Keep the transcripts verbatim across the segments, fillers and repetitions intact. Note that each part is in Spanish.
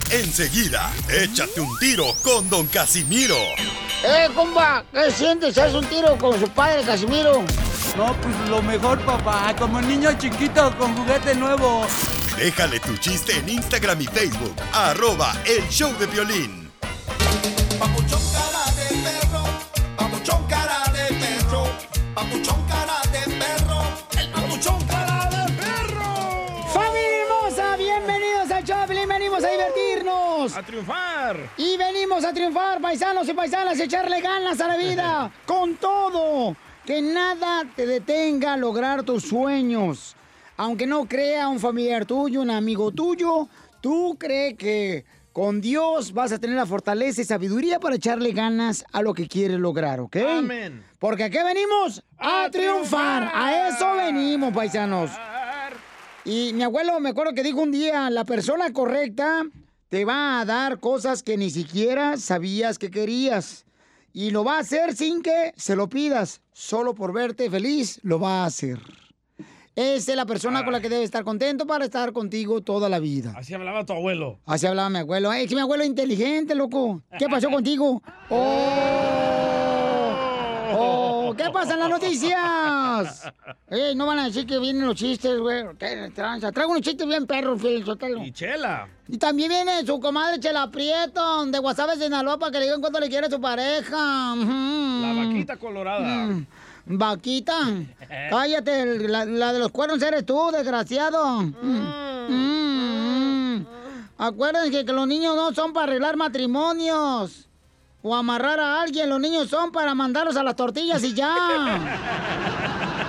Enseguida, échate un tiro con Don Casimiro. ¡Eh, compa! ¿Qué sientes? ¿Haz un tiro con su padre, Casimiro? No, pues lo mejor, papá. Como niño chiquito con juguete nuevo. Déjale tu chiste en Instagram y Facebook. Arroba El Show de Piolín. Papuchón cara de perro, papuchón cara de perro, papuchón cara de perro, el papuchón cara de perro. ¡Familia hermosa! Bienvenidos al show de Piolín. Venimos a divertirnos. ¡A triunfar! Y venimos a triunfar, paisanos y paisanas, y echarle ganas a la vida. Con todo. Que nada te detenga a lograr tus sueños. Aunque no crea un familiar tuyo, un amigo tuyo, tú crees que con Dios vas a tener la fortaleza y sabiduría para echarle ganas a lo que quieres lograr, ¿ok? Amén. Porque ¿a qué venimos? A, a triunfar. triunfar. A eso venimos, paisanos. Y mi abuelo me acuerdo que dijo un día, la persona correcta te va a dar cosas que ni siquiera sabías que querías. Y lo va a hacer sin que se lo pidas. Solo por verte feliz, lo va a hacer. Esa es la persona Ay. con la que debe estar contento para estar contigo toda la vida. Así hablaba tu abuelo. Así hablaba mi abuelo. Es que mi abuelo es inteligente, loco. ¿Qué pasó contigo? ¡Oh! ¡Oh! ¿Qué pasa en las noticias? Ey, no van a decir que vienen los chistes, güey. Tranza. Traigo unos chistes bien perros, Feliz Sotelo. Y Chela. Y también viene su comadre Chela Prieto, de Guasave, Sinaloa, para que le digan cuánto le quiere a su pareja. La vaquita colorada. Mm. Vaquita, cállate, la, la de los cuernos eres tú, desgraciado. Mm. Mm, mm. Acuérdense que los niños no son para arreglar matrimonios o amarrar a alguien, los niños son para mandarlos a las tortillas y ya.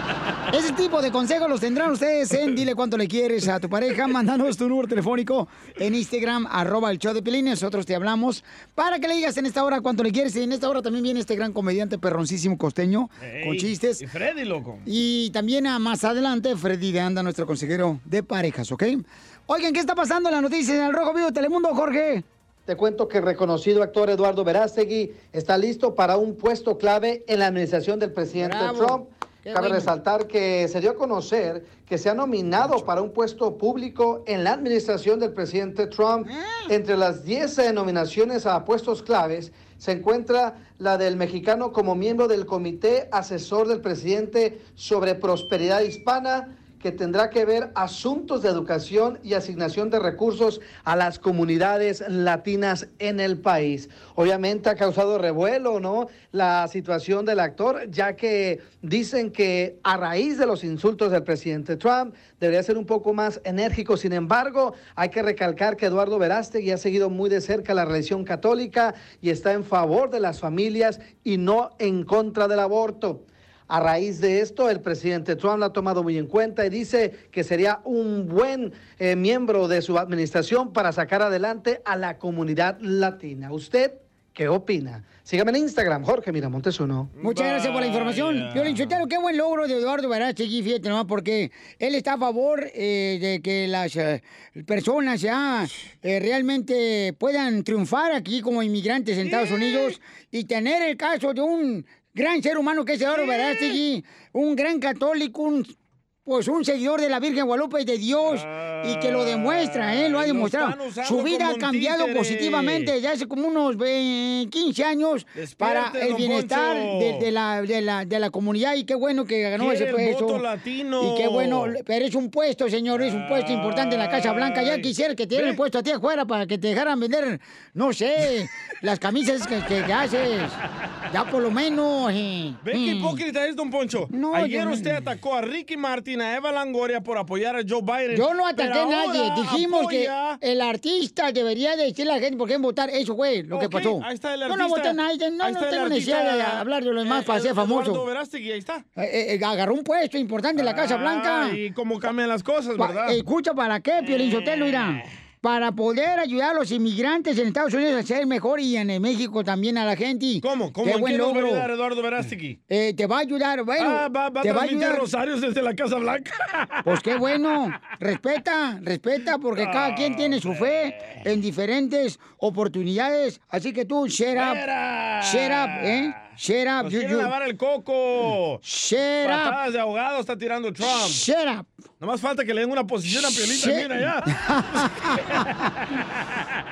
Ese tipo de consejos los tendrán ustedes en Dile Cuánto Le Quieres a tu pareja, mandándonos tu número telefónico en Instagram, arroba el show de Piolín. Nosotros te hablamos para que le digas en esta hora cuánto le quieres. Y en esta hora también viene este gran comediante perroncísimo costeño, Ey, con chistes. Y Freddy, loco. Y también a más adelante, Freddy de Anda, nuestro consejero de parejas, ¿ok? Oigan, ¿qué está pasando en las noticias en el Rojo Vivo de Telemundo, Jorge? Te cuento que el reconocido actor Eduardo Verástegui está listo para un puesto clave en la administración del presidente Bravo. Trump. Qué Cabe bueno. resaltar que se dio a conocer que se ha nominado para un puesto público en la administración del presidente Trump. Entre las diez eh, nominaciones a puestos claves se encuentra la del mexicano como miembro del Comité Asesor del Presidente sobre Prosperidad Hispana, que tendrá que ver asuntos de educación y asignación de recursos a las comunidades latinas en el país. Obviamente ha causado revuelo, ¿no?, la situación del actor, ya que dicen que a raíz de los insultos del presidente Trump debería ser un poco más enérgico. Sin embargo, hay que recalcar que Eduardo Verástegui ha seguido muy de cerca la religión católica y está en favor de las familias y no en contra del aborto. A raíz de esto, el presidente Trump lo ha tomado muy en cuenta y dice que sería un buen eh, miembro de su administración para sacar adelante a la comunidad latina. ¿Usted qué opina? Sígame en Instagram, Jorge Miramontes uno. Muchas gracias por la información. Piolín Sotelo, qué buen logro de Eduardo Verástegui, fíjate nomás, porque él está a favor eh, de que las eh, personas ya eh, realmente puedan triunfar aquí como inmigrantes en Estados Unidos y tener el caso de un gran ser humano que es Eduardo Verástegui, un gran católico, un, pues un seguidor de la Virgen Guadalupe y de Dios, ah, y que lo demuestra, ¿eh? Lo ha demostrado. Su vida ha cambiado positivamente desde hace como unos veinte, quince años. Despierte, para el bienestar de, de, la, de, la, de la comunidad, y qué bueno que ganó ese puesto. Voto latino. Y qué bueno, pero es un puesto, señor, es un puesto importante en la Casa Blanca. Ya quisiera que te dieran el puesto a ti afuera para que te dejaran vender, no sé, las camisas que, que, que haces. Ya por lo menos. Eh. ¿Ve qué hipócrita es, don Poncho? No, Ayer yo... usted atacó a Ricky Martin, a Eva Longoria por apoyar a Joe Biden. Yo no ataqué a nadie. Dijimos apoya... que el artista debería decirle a la gente por qué votar. Eso fue lo okay, que pasó. Ahí está el artista. Yo no voté a nadie. No, no tengo necesidad de hablar de los demás eh, para ser famoso. Eduardo Verástegui, ahí está. Eh, eh, agarró un puesto importante en la Casa Blanca. Ah, y cómo cambian las cosas, ¿verdad? Pa, escucha, ¿para qué, Piolín Sotelo? Mira. Para poder ayudar a los inmigrantes en Estados Unidos a ser mejor y en México también a la gente. ¿Cómo? ¿Cómo? ¿En qué nos va a ayudar Eduardo Verástegui? Eh, te va a ayudar, bueno. Ah, va, va te a va a ayudar rosarios desde la Casa Blanca. Pues qué bueno. Respeta, respeta, porque oh, cada quien tiene su fe en diferentes oportunidades. Así que tú, shut up. Espera. Shut up, ¿eh? Shut up. Nos quiere lavar el coco. Shut up. Patadas de ahogado está tirando Trump. Shut up. Nomás falta que le den una posición a Piolín también allá.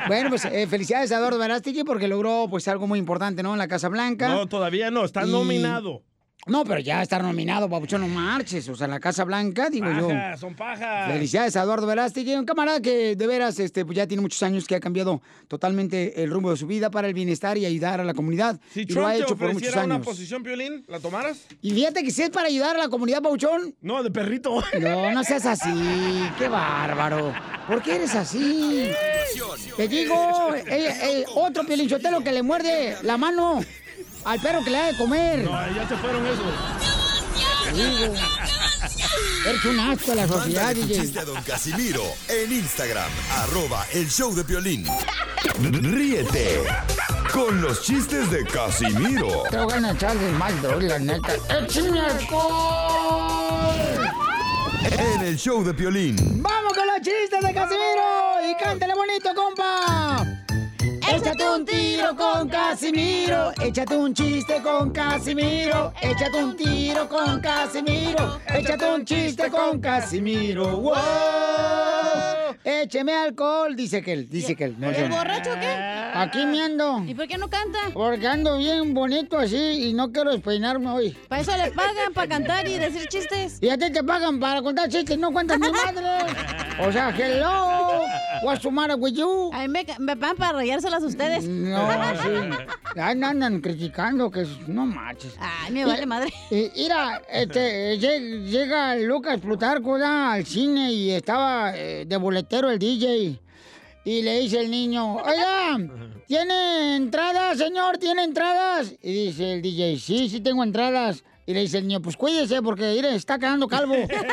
Bueno, pues eh, felicidades a Eduardo Verástegui porque logró pues algo muy importante, ¿no? En la Casa Blanca. No, todavía no, está Y- nominado. No, pero ya está nominado, papuchón, no marches. O sea, la Casa Blanca, digo yo. Pajas, son pajas. Felicidades a Eduardo Verástegui, un camarada que de veras este, pues ya tiene muchos años que ha cambiado totalmente el rumbo de su vida para el bienestar y ayudar a la comunidad. Si y lo Trump ha te hecho por muchos ofreciera una años. posición, Piolín, ¿la tomaras? Y fíjate que si es para ayudar a la comunidad, Pauchón. No, de perrito. No, no seas así. Qué bárbaro. ¿Por qué eres así? Te digo, eh, eh, otro Pielinchotelo que le muerde la mano al perro que le da de comer. No, ya se fueron esos. Te digo. Eres un asco a la sociedad, Mándale tu D J. chiste a don Casimiro en Instagram, arroba el show de Piolín. Ríete con los chistes de Casimiro Te voy a echar de mal, droga, la neta. ¡Échame alcohol! en el show de Piolín. ¡Vamos con los chistes de Casimiro! ¡Y cántale bonito, compa! Échate un tiro con Casimiro, échate un chiste con Casimiro, échate un tiro con Casimiro, échate un chiste con Casimiro. ¡Wow! Écheme alcohol, dice que él, dice que él. No sé. ¿El borracho o qué? Aquí me ando. ¿Y por qué no canta? Porque ando bien bonito así y no quiero despeinarme hoy. Para eso le pagan, para cantar y decir chistes. Y a ti te pagan para contar chistes, no cuentas mi madre. O sea, hello, what's the matter with you? A mí me, me pagan para rayárselas a ustedes. No, sí. Andan, andan criticando que es- no marches. Ay, me vale madre. Y mira, este, lle- llega Lucas Plutarco ¿verdad? Al cine y estaba eh, de boletero el D J. Y le dice el niño, oiga, ¿tiene entradas, señor? ¿Tiene entradas? Y dice el D J, sí, sí tengo entradas. Y le dice el niño, pues cuídese porque mire, está quedando calvo.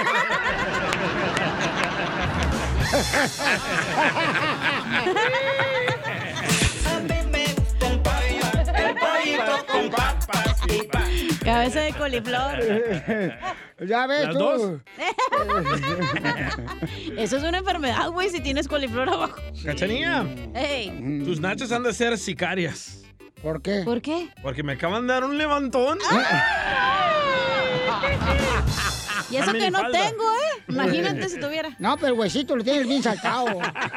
Con papas y pa- Cabeza de coliflor. Ya ves ¿Las tú. dos? Eso es una enfermedad, güey, si tienes coliflor abajo. Cachanilla, Ey, tus nachas han de ser sicarias. ¿Por qué? ¿por qué? Porque me acaban de dar un levantón. Y eso A que no minifalda. tengo, ¿eh? Imagínate si tuviera. No, pero el huesito lo tienes bien saltado.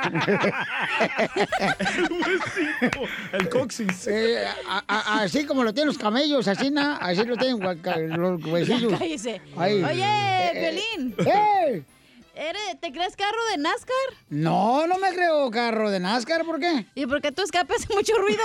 El coxis. Eh, a- a- así como lo tienen los camellos, así, na, así lo tienen guaca- los huesillos. Cállese. Ahí. Oye, Eh, Violín, ¡Eh! ¿eres- ¿te crees carro de NASCAR? No, no me creo carro de NASCAR, ¿por qué? ¿Y por qué tu escape hace mucho ruido?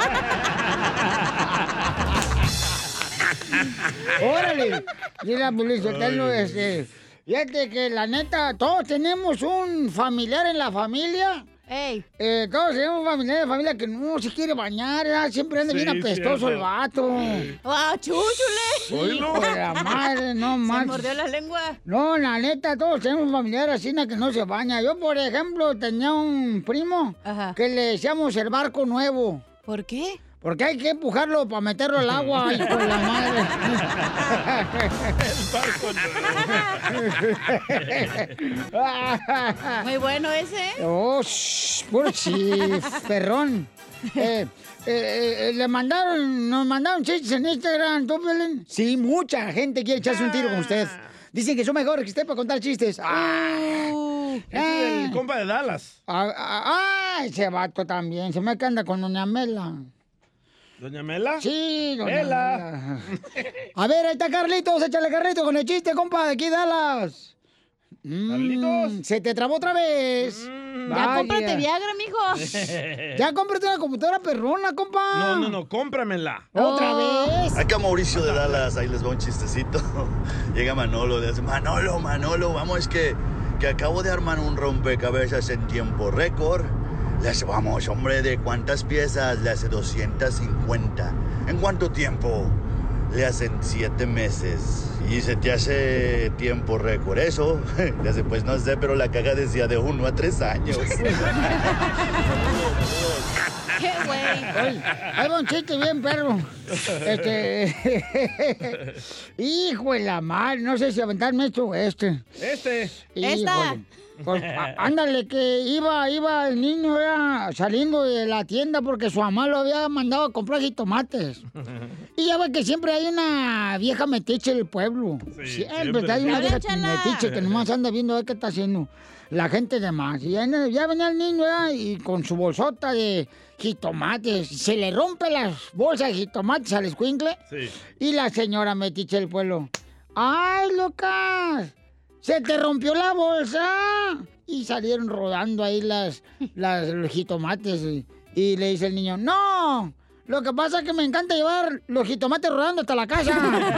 ¡Órale! Mira, Piolín Sotelo, este... Fíjate que la neta, todos tenemos un familiar en la familia. Ey, Eh, todos tenemos un familiar en la familia que no se quiere bañar, ¿verdad? Siempre anda Sí, bien apestoso cierto. el vato. ¡wow, chúchule! Hijo de la madre, no Se más. mordió la lengua. No, la neta, todos tenemos un familiar así na, que no se baña. Yo, por ejemplo, tenía un primo Ajá. que le decíamos el barco nuevo. ¿Por qué? Porque hay que empujarlo para meterlo al agua, hijo de la madre. Muy bueno ese, ¿eh? Oh, shh, puro chiferrón. Eh, eh, eh, le mandaron, nos mandaron chistes en Instagram, ¿tú, Piolín? Sí, mucha gente quiere echarse un tiro con usted. Dicen que son mejores que usted para contar chistes. Ah, Uh, Ese es el compa de Dallas. ah, ah, ah, ese vato también. Se me anda con doña Mela. ¿Doña Mela? Sí, doña Mela. Mela. A ver, ahí está Carlitos. Échale Carlitos con el chiste, compa, de aquí Dallas. Mm, Carlitos. se te trabó otra vez. ya Vaya. cómprate Viagra, mijo. Ya cómprate una computadora perrona, compa. No, no, no, cómpramela. ¿Otra Oh. vez? Acá Mauricio de Dallas, ahí les va un chistecito. Llega Manolo, le dice, Manolo, Manolo, vamos, es que, que acabo de armar un rompecabezas en tiempo récord. Le hace, vamos, hombre, ¿de cuántas piezas? Le hace doscientas cincuenta. ¿En cuánto tiempo? Le hacen siete meses. Y se te hace tiempo récord. Eso, le hace, pues no sé, pero la caga decía de uno a tres años. ¡Qué güey! Ay, ahí va un chiste bien, perro. Este. Hijo de la madre, no sé si aventarme esto o este. Este. Esta. Híjole. Pues, á- ándale, que iba, iba el niño ya saliendo de la tienda porque su mamá lo había mandado a comprar jitomates. Y ya ve que siempre hay una vieja metiche del pueblo. Sí, siempre, siempre. hay una vieja Chela. metiche que nomás anda viendo a ver qué está haciendo la gente de más. Y ya, ya venía el niño ya, y con su bolsota de jitomates. Se le rompe las bolsas de jitomates al escuincle. Sí. Y la señora metiche del pueblo. ¡Ay, Lucas! ¡Se te rompió la bolsa! Y salieron rodando ahí las, las los jitomates. Y, y le dice el niño, ¡no! Lo que pasa es que me encanta llevar los jitomates rodando hasta la casa.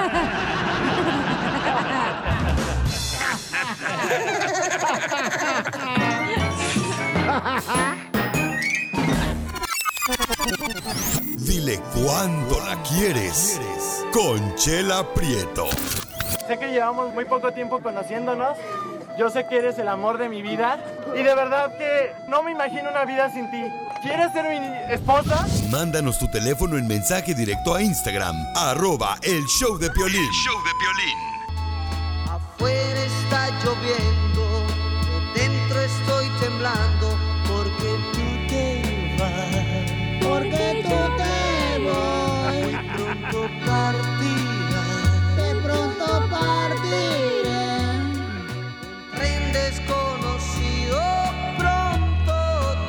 Dile cuándo la quieres. Conchela Prieto. Sé que llevamos muy poco tiempo conociéndonos. Yo sé que eres el amor de mi vida. Y de verdad que no me imagino una vida sin ti. ¿Quieres ser mi esposa? Mándanos tu teléfono en mensaje directo a Instagram, arroba el show de Piolín. El show de Piolín. Afuera está lloviendo, yo dentro estoy temblando porque tú te vas. Porque tú te vas. Muy pronto partirás. De pronto partiré. Tren desconocido pronto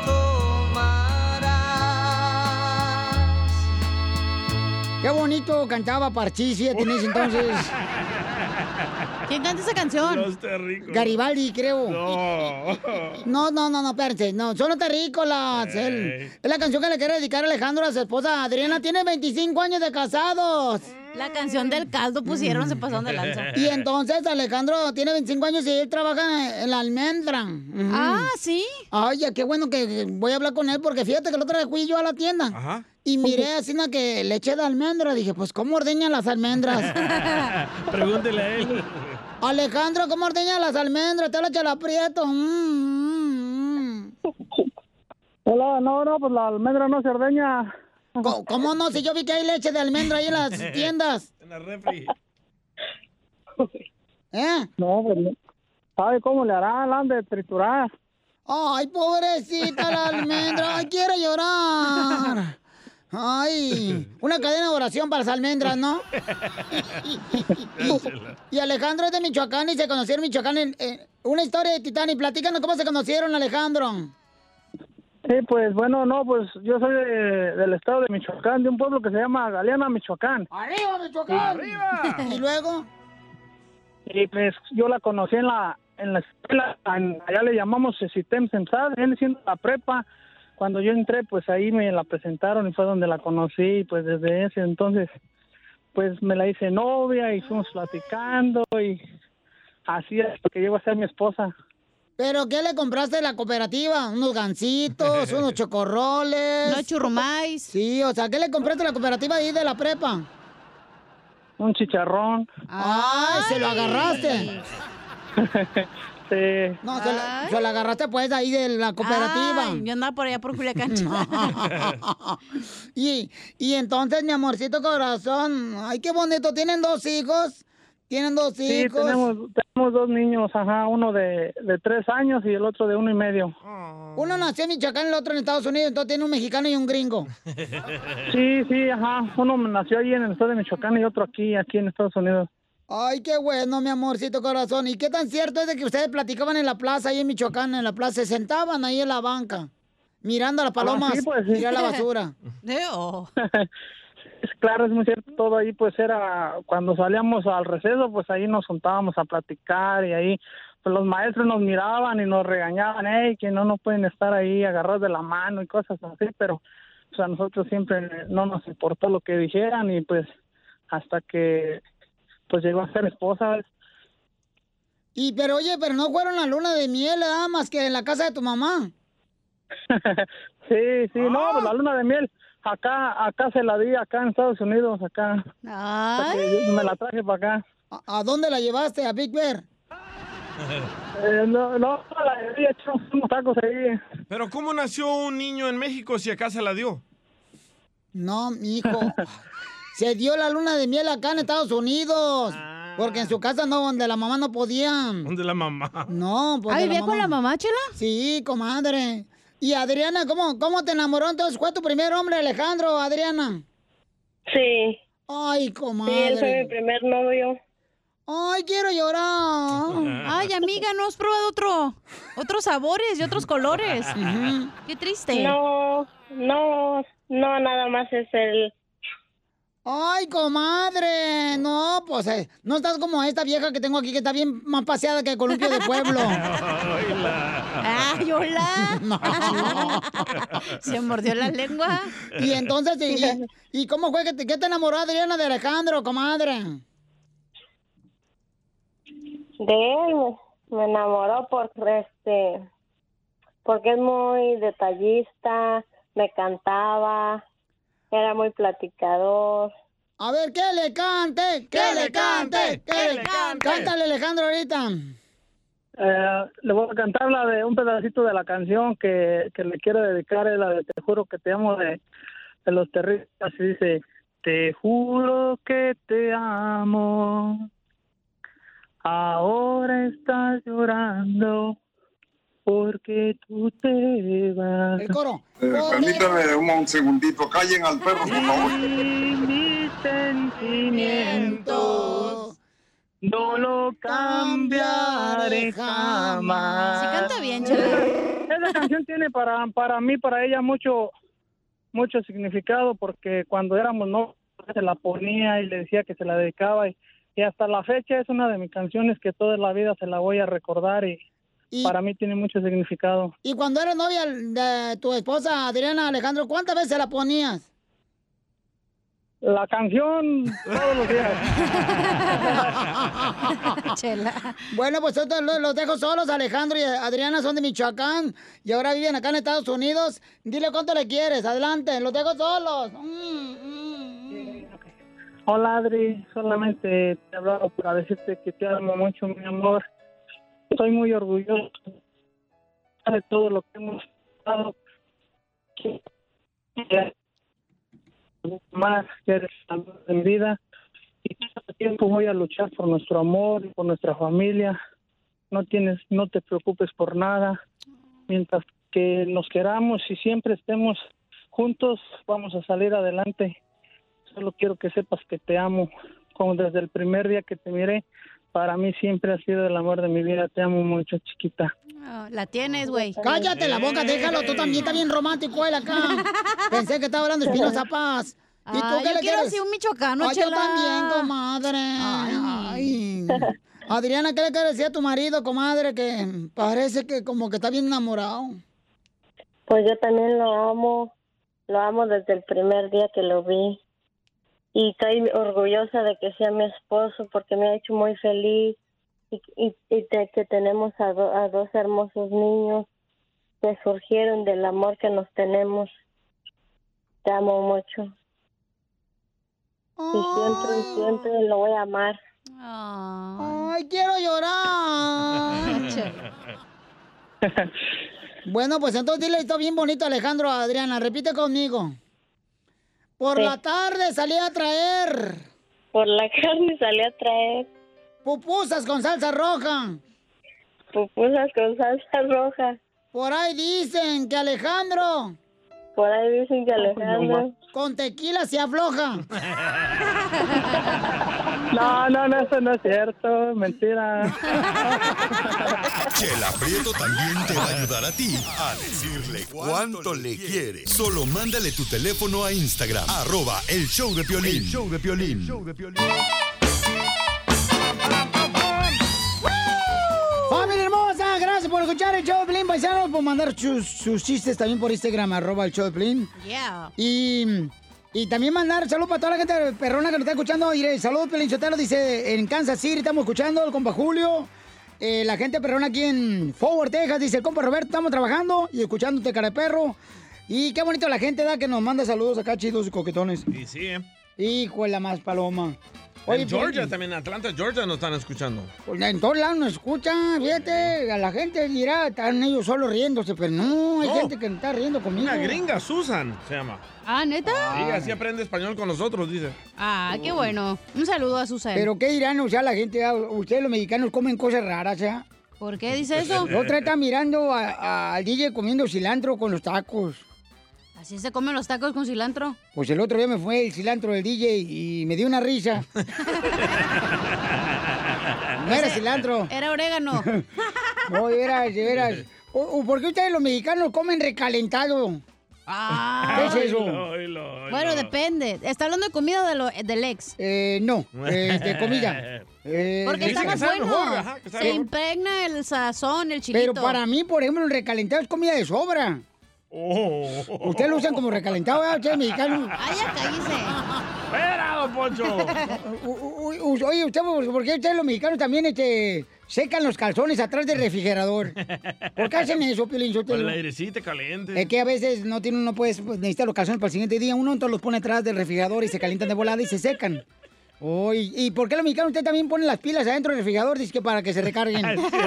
tomarás. Qué bonito cantaba Parchís, fíjate, en ese entonces. ¿Quién canta esa canción? Los terrícolas. Garibaldi, creo. No. No, no, no, no, espérense. No, son los terrícolas. Él- es la canción que le quiere dedicar a Alejandro a su esposa Adriana. Tiene veinticinco años de casados. La canción del caldo pusieron, se pasaron de lanza. Y entonces Alejandro tiene veinticinco años y él trabaja en la almendra. Ujú. Ah, ¿sí? Ay, ya, qué bueno que voy a hablar con él porque fíjate que la otra vez fui yo a la tienda. Ajá. Y miré así una que leche de almendra. Dije, pues, ¿cómo ordeñan las almendras? Pregúntele a él. Alejandro, ¿cómo ordeñan las almendras? Te lo Chela Prieto. Mm, mm, mm. Hola, no, no, pues la almendra no se ordeña. ¿Cómo, cómo no? Si yo vi que hay leche de almendra ahí en las tiendas. En la refri. ¿Eh? No, pues no. ¿Sabe cómo le harán? La han de triturar. Ay, pobrecita la almendra. Ay, quiero llorar. Ay, una cadena de oración para las almendras, ¿no? y, y Alejandro es de Michoacán y se conocieron en Michoacán en, en una historia de Titanic. Platícanos cómo se conocieron, Alejandro. Sí, pues bueno, no, pues yo soy de- del estado de Michoacán, de un pueblo que se llama Galeana, Michoacán. ¡Arriba, Michoacán! ¡Arriba! ¿Y luego? Y pues yo la conocí en la en la escuela, en- allá le llamamos Sitem Sensad, viene siendo la prepa. Cuando yo entré, pues ahí me la presentaron y fue donde la conocí, y pues desde ese entonces, pues me la hice novia y fuimos platicando y así hasta que llegó a ser mi esposa. ¿Pero qué le compraste de la cooperativa? ¿Unos gancitos, unos chocorroles? Unos churrumais. Sí, o sea, ¿qué le compraste de la cooperativa ahí de la prepa? Un chicharrón. ¡Ay, se lo agarraste! Sí. No, se lo, se lo agarraste pues ahí de la cooperativa. Ay, yo andaba por allá por Culiacán. y, y entonces, mi amorcito corazón, ay, qué bonito, ¿tienen dos hijos? ¿Tienen dos Sí, hijos? tenemos, tenemos dos niños, ajá, uno de, de tres años y el otro de uno y medio. Uno nació en Michoacán, el otro en Estados Unidos, entonces tiene un mexicano y un gringo. Sí, sí, ajá, uno nació ahí en el estado de Michoacán y otro aquí, aquí en Estados Unidos. Ay, qué bueno, mi amorcito corazón. ¿Y qué tan cierto es de que ustedes platicaban en la plaza, ahí en Michoacán, en la plaza? Se sentaban ahí en la banca, mirando a las palomas, Ah, sí, pues, sí. tirar la basura. Claro, es muy cierto, todo ahí pues era, cuando salíamos al receso, pues ahí nos juntábamos a platicar y ahí pues los maestros nos miraban y nos regañaban, hey, que no nos pueden estar ahí agarrados de la mano y cosas así, pero pues a nosotros siempre no nos importó lo que dijeran y pues hasta que pues llegó a ser esposa. Y pero oye, pero no fueron a luna de miel, nada más que en la casa de tu mamá. Sí, sí, no, pues la luna de miel, acá, acá se la di, acá en Estados Unidos, acá. Ay. Me la traje para acá. ¿A, a dónde la llevaste? ¿A Big Bear? Eh, no, no, la había hecho unos tacos ahí. Pero ¿cómo nació un niño en México si acá se la dio? No, mi hijo. Se dio la luna de miel acá en Estados Unidos. Porque en su casa no, donde la mamá no podía. ¿Dónde la mamá? No, pues. ¿Ah, de vivía con la mamá, Chela? Sí, comadre. Y Adriana, ¿cómo, cómo te enamoró entonces? ¿Fue tu primer hombre, Alejandro, Adriana? Sí. Ay, comadre. Sí, él fue mi primer novio. Ay, quiero llorar. Ay, amiga, ¿no has probado otro, otros sabores y otros colores? Qué triste. No, no, no, nada más es el... Ay, comadre. No, pues eh, no estás como esta vieja que tengo aquí que está bien más paseada que el columpio de pueblo. Ay, hola. No. Se mordió la lengua. Y entonces, ¿y, y cómo fue que te, que te enamoró Adriana de Alejandro, comadre? De él me enamoró por este, porque es muy detallista, me cantaba, era muy platicador. A ver, que le cante, que le cante, que le cante. Cántale, Alejandro, ahorita. Eh, le voy a cantar la de un pedacito de la canción que, que le quiero dedicar, es la de Te juro que te amo de, de los Terribles. Así dice: te juro que te amo, ahora estás llorando porque tú te vas. El coro. Eh, permítame un, un segundito, callen al perro, por favor. Y mis sentimientos no lo cambiaré jamás. Sí canta bien, Chela. Esa canción tiene para, para mí, para ella, mucho, mucho significado, porque cuando éramos novios se la ponía y le decía que se la dedicaba, y, y hasta la fecha es una de mis canciones que toda la vida se la voy a recordar, y, Y- para mí tiene mucho significado. Y cuando eras novia de tu esposa, Adriana, Alejandro, ¿cuántas veces la ponías? La canción todos los días. Chela. Bueno, pues yo te- los, los dejo solos. Alejandro y Adriana son de Michoacán y ahora viven acá en Estados Unidos. Dile cuánto le quieres. Adelante, los dejo solos. Hola, Adri, solamente te hablaba para decirte que te amo mucho, mi amor. Estoy muy orgulloso de todo lo que hemos pasado. Más que eres en vida, y todo el tiempo voy a luchar por nuestro amor y por nuestra familia. No tienes, no te preocupes por nada. Mientras que nos queramos y siempre estemos juntos, vamos a salir adelante. Solo quiero que sepas que te amo. Como desde el primer día que te miré, para mí siempre has sido el amor de mi vida. Te amo mucho, chiquita. Oh, la tienes, güey. Cállate la boca, déjalo. Tú también estás bien romántico él acá. Pensé que estaba hablando de Espinosa Paz. ¿Y tú Ay, qué yo le quiero quieres? así un michoacano, Ay, yo Chela. también, comadre. Ay. Adriana, ¿qué le quieres decir a tu marido, comadre? Que parece que como que está bien enamorado. Pues yo también lo amo, lo amo desde el primer día que lo vi. Y estoy orgullosa de que sea mi esposo porque me ha hecho muy feliz, y, y, y de que tenemos a, do- a dos hermosos niños que surgieron del amor que nos tenemos. Te amo mucho. Y siempre, siempre lo voy a amar. Ay, quiero llorar. Bueno, pues entonces dile esto bien bonito, Alejandro, a Adriana. Repite conmigo. Por Sí. la tarde salí a traer. Por la carne salí a traer. Pupusas con salsa roja. Pupusas con salsa roja. Por ahí dicen que Alejandro. Por ahí dicen que Alejandro. Con tequila se afloja. No, no, no, eso no es cierto. Mentira. Chela Prieto también te va a ayudar a ti a decirle cuánto le quiere. Solo mándale tu teléfono a Instagram, arroba el show de Piolín. El show de Piolín. ¡Familia hermosa! Gracias por escuchar el show de Piolín, paisanos, por mandar sus, sus chistes también por Instagram, arroba el show de Piolín. Yeah. Y, y también mandar saludos para toda la gente perrona que nos está escuchando. Y saludos, Piolín Sotelo, dice en Kansas City, estamos escuchando, el compa Julio. Eh, la gente perrona aquí en Fort Worth, Texas, dice el compa Roberto, estamos trabajando y escuchándote, cara de perro. Y qué bonito la gente da que nos manda saludos acá, chidos y coquetones. Y sí, ¿eh? Hijo de la más paloma. Oye, en Georgia Piolín. también, en Atlanta, Georgia nos están escuchando. Pues en todos lados nos escuchan, fíjate, a la gente dirá, están ellos solo riéndose, pero no, hay No. gente que está riendo conmigo. Una gringa, Susan, se llama. Ah, ¿neta? Sí, así aprende español con nosotros, dice. Ah, qué bueno. Un saludo a Susan. Pero qué dirán, o sea, la gente, ah, ustedes los mexicanos comen cosas raras, ¿ya? ¿Por qué dice eso? La otra está mirando a- a- al D J comiendo cilantro con los tacos. ¿Así se comen los tacos con cilantro? Pues el otro día me fue el cilantro del D J y me dio una risa. No era cilantro. Era orégano. No, eras, de veras. O- o ¿Por qué ustedes los mexicanos comen recalentado? Ah. ¿Qué es eso? Bueno, depende. ¿Está hablando de comida o de lo- del ex? Eh, no, eh, de comida. Eh, Porque de- está más bueno. Se impregna el sazón, el chilito. Pero para mí, por ejemplo, el recalentado es comida de sobra. Oh. Ustedes lo usan como recalentado, ¿verdad? Ustedes mexicanos. ¡Ay, ya cállese! ¡Espera, don Poncho! Uy, uy, Oye, usted, ¿por qué ustedes los mexicanos también este, secan los calzones atrás del refrigerador? ¿Por qué hacen eso, Piolín? Yo te Con lo- el airecito caliente. Es que a veces no tiene, uno puede pues, necesita los calzones para el siguiente día. Uno entonces los pone atrás del refrigerador y se calientan de volada y se secan. Oh, y, ¿y por qué los mexicanos usted también ponen las pilas adentro del refrigerador? Dice que para que se recarguen.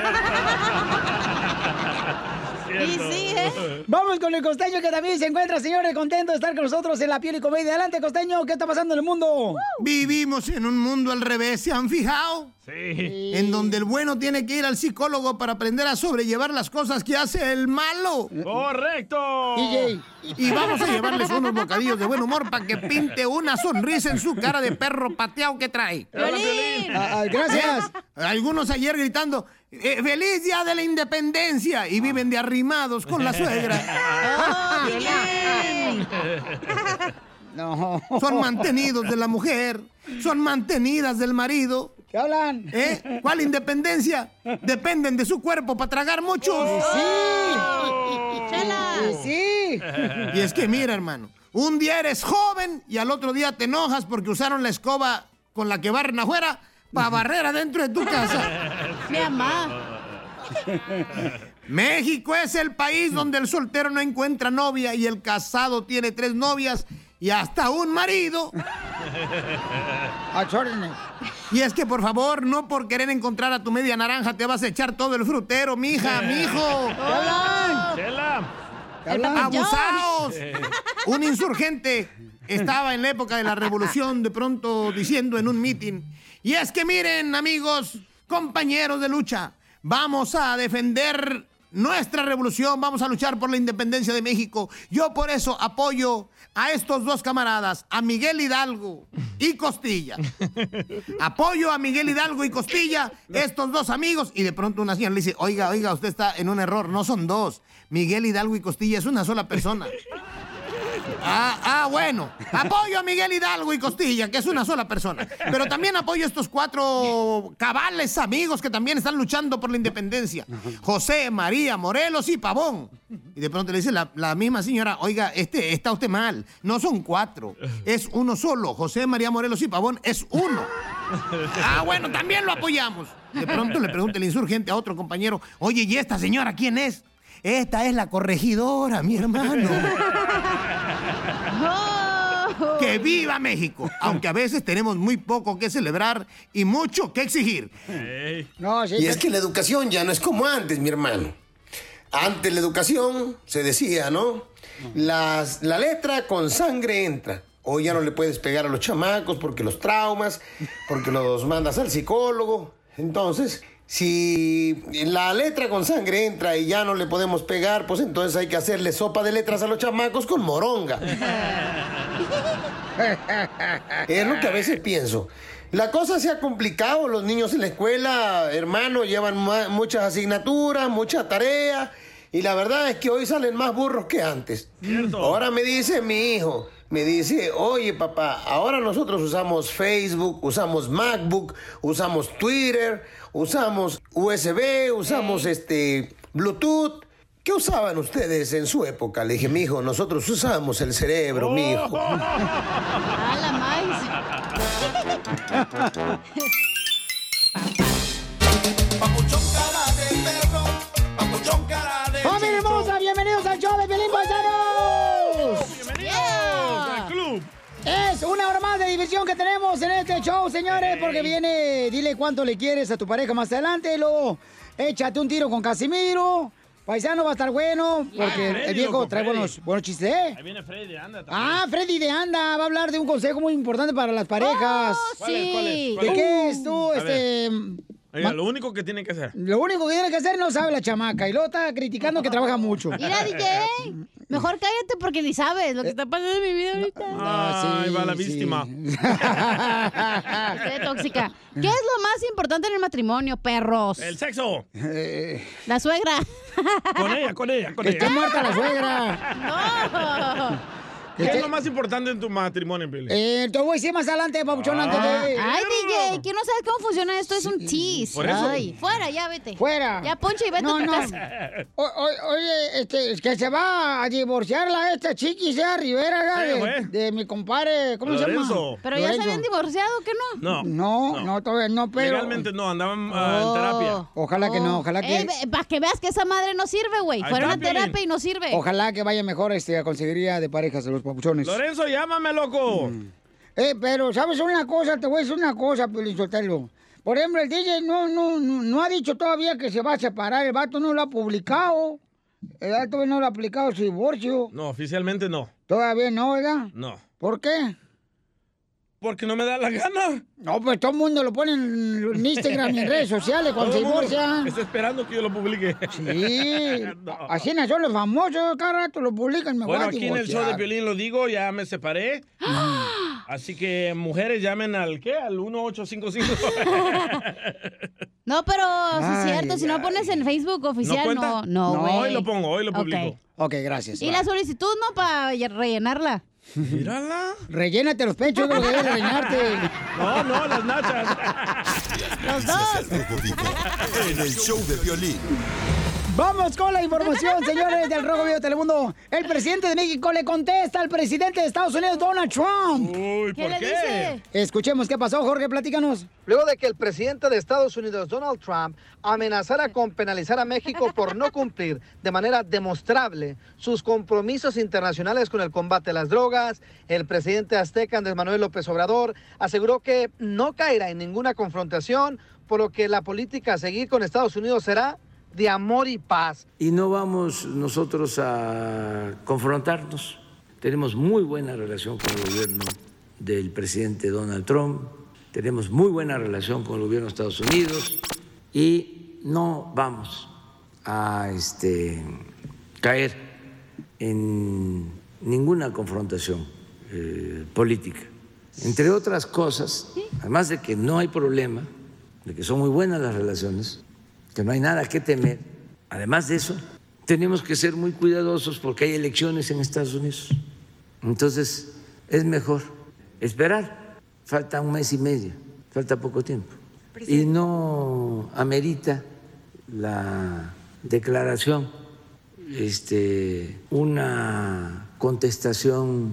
Y sí, ¿eh? Vamos con el costeño que también se encuentra, señores, contento de estar con nosotros en La Piel y Comedia. Adelante, costeño, ¿qué está pasando en el mundo? Vivimos en un mundo al revés, ¿se han fijado? Sí. En donde el bueno tiene que ir al psicólogo para aprender a sobrellevar las cosas que hace el malo. ¡Correcto! D J. Y vamos a llevarles unos bocadillos de buen humor para que pinte una sonrisa en su cara de perro pateado que trae. ¡Piolín! Ah, ah, gracias. ¿Eh? Algunos ayer gritando, eh, ¡Feliz Día de la Independencia! Y viven de arrimados con la suegra. ¡Oh, Piolín! No. Son mantenidos de la mujer, son mantenidas del marido. ¿Qué hablan? ¿Eh? ¿Cuál independencia? Dependen de su cuerpo para tragar muchos. Sí. ¡Chela! Sí. Y es que mira, hermano, un día eres joven y al otro día te enojas porque usaron la escoba con la que barren afuera para barrer adentro de tu casa. Mi mamá. México es el país donde el soltero no encuentra novia y el casado tiene tres novias y hasta un marido. Y es que, por favor, no por querer encontrar a tu media naranja te vas a echar todo el frutero, mija, mijo. ¡Chela! ¡Abusados! Un insurgente estaba en la época de la revolución de pronto diciendo en un mitin, y es que miren, amigos, compañeros de lucha, vamos a defender nuestra revolución, vamos a luchar por la independencia de México. Yo por eso apoyo a estos dos camaradas, a Miguel Hidalgo y Costilla. Apoyo a Miguel Hidalgo y Costilla, estos dos amigos. Y de pronto una señora le dice, oiga, oiga, usted está en un error, no son dos. Miguel Hidalgo y Costilla es una sola persona. Ah, ah, bueno. Apoyo a Miguel Hidalgo y Costilla, que es una sola persona. Pero también apoyo a estos cuatro cabales amigos que también están luchando por la independencia. José, María, Morelos y Pavón. Y de pronto le dice la, la misma señora, oiga, este, está usted mal. No son cuatro, es uno solo. José, María, Morelos y Pavón es uno. Ah, bueno, también lo apoyamos. De pronto le pregunta el insurgente a otro compañero, oye, ¿y esta señora quién es? Esta es la corregidora, mi hermano. Oh. ¡Que viva México! Aunque a veces tenemos muy poco que celebrar y mucho que exigir. Hey. No, sí, Y es que la educación ya no es como antes, mi hermano. Antes la educación se decía, ¿no? Las, la letra con sangre entra. Hoy ya no le puedes pegar a los chamacos porque los traumas, porque los mandas al psicólogo. Entonces, si la letra con sangre entra y ya no le podemos pegar, pues entonces hay que hacerle sopa de letras a los chamacos con moronga. Es lo que a veces pienso. La cosa se ha complicado, los niños en la escuela, hermano, llevan muchas asignaturas, mucha tarea, y la verdad es que hoy salen más burros que antes. Cierto. Ahora me dice mi hijo, me dice, oye papá, ahora nosotros usamos Facebook, usamos MacBook, usamos Twitter, usamos U S B, usamos Hey. este Bluetooth. ¿Qué usaban ustedes en su época? Le dije, mijo, nosotros usábamos el cerebro, Oh. mijo. ¡A la maíz! Papuchón cara de perro, papuchón cara de ¡Familia hermosa! ¡Bienvenidos al show de Piolín, paisanos! ¡Bienvenidos al club! Es una hora más de diversión que tenemos en este show, señores, porque viene, dile cuánto le quieres a tu pareja más adelante, luego échate un tiro con Casimiro. Paisano va a estar bueno, porque Ah, Freddy, el viejo loco, trae Freddy. buenos, buenos chistes, ¿eh? Ahí viene Freddy, anda. también. Ah, Freddy de Anda va a hablar de un consejo muy importante para las parejas. Oh, ¿Cuál es, cuál es, cuál ¿De es? qué es tú, A este... Oiga, ma- lo único que tiene que hacer. Lo único que tiene que hacer no sabe la chamaca y luego está criticando que trabaja mucho. Mira, D J, mejor cállate porque ni sabes lo que está pasando en mi vida ahorita. Ah, ahí va la víctima. Qué tóxica. ¿Qué es lo más importante en el matrimonio, perros? El sexo. La suegra. Con ella, con ella, con Que ella. esté muerta la suegra. No. ¿Qué es lo más importante en tu matrimonio, Billy? Eh, te voy a decir más adelante, papuchón, antes de... Ay, D J, que no sabes cómo funciona esto, es un tease. Por eso. Ay, fuera, ya vete. Fuera. Ya ponche y vete No, a tu no. casa. O- o- oye, este, es que se va a divorciar la esta chiqui, sea Rivera, ¿verdad? Sí, de, güey. de mi compadre, ¿cómo se Lorenzo. llama? Pero ya se habían divorciado, ¿qué no? No. No, no, todavía no, pero... Legalmente no, andaban ah, Oh. en terapia. Ojalá que no, ojalá que... para que veas que esa madre no sirve, güey. Ahí Fueron a está, Piolín. terapia y no sirve. Ojalá que vaya mejor este, a conseguiría de parejas de los papuchones. Lorenzo, llámame, loco. Eh, pero, ¿sabes una cosa? Te voy a decir una cosa, Piolín Sotelo. Por ejemplo, el D J no, no, no, no ha dicho todavía que se va a separar. El vato no lo ha publicado. El vato no lo ha aplicado su divorcio. No, oficialmente no. Todavía no, ¿verdad? No. ¿Por qué? Porque no me da la gana. No, pues todo el mundo lo pone en Instagram y en redes sociales cuando Todo se el mundo divorcian. está esperando que yo lo publique. Sí, No. así no son los famosos, cada rato lo publican, me Bueno, voy a aquí en el show de divorciar. Piolín lo digo, ya me separé. Así que mujeres llamen al ¿qué? Al uno ocho cinco cinco. No, pero sí es Ay, cierto, si no ay. pones en Facebook oficial, cuenta? no, no, No, güey. hoy lo pongo, hoy lo Ok. publico. Ok, gracias. Y la solicitud, ¿no? Para rellenarla. Mírala. Rellénate los pechos, lo que debes rellenarte. No, no, las nachas. Los Risas dos. al Rojo Vivo en el show de Piolín. Vamos con la información, señores del Rojo Vivo de Telemundo. El presidente de México le contesta al presidente de Estados Unidos, Donald Trump. Uy, ¿Qué ¿por le qué? dice? Escuchemos qué pasó, Jorge, platícanos. Luego de que el presidente de Estados Unidos, Donald Trump, amenazara con penalizar a México por no cumplir de manera demostrable sus compromisos internacionales con el combate a las drogas, el presidente azteca Andrés Manuel López Obrador aseguró que no caerá en ninguna confrontación, por lo que la política a seguir con Estados Unidos será de amor y paz. Y no vamos nosotros a confrontarnos. Tenemos muy buena relación con el gobierno del presidente Donald Trump, tenemos muy buena relación con el gobierno de Estados Unidos y no vamos a este, caer en ninguna confrontación eh, política. Entre otras cosas, además de que no hay problema, de que son muy buenas las relaciones, que no hay nada que temer, además de eso, tenemos que ser muy cuidadosos porque hay elecciones en Estados Unidos. Entonces, es mejor esperar. Falta un mes y medio, falta poco tiempo. Y no amerita la declaración, este, una contestación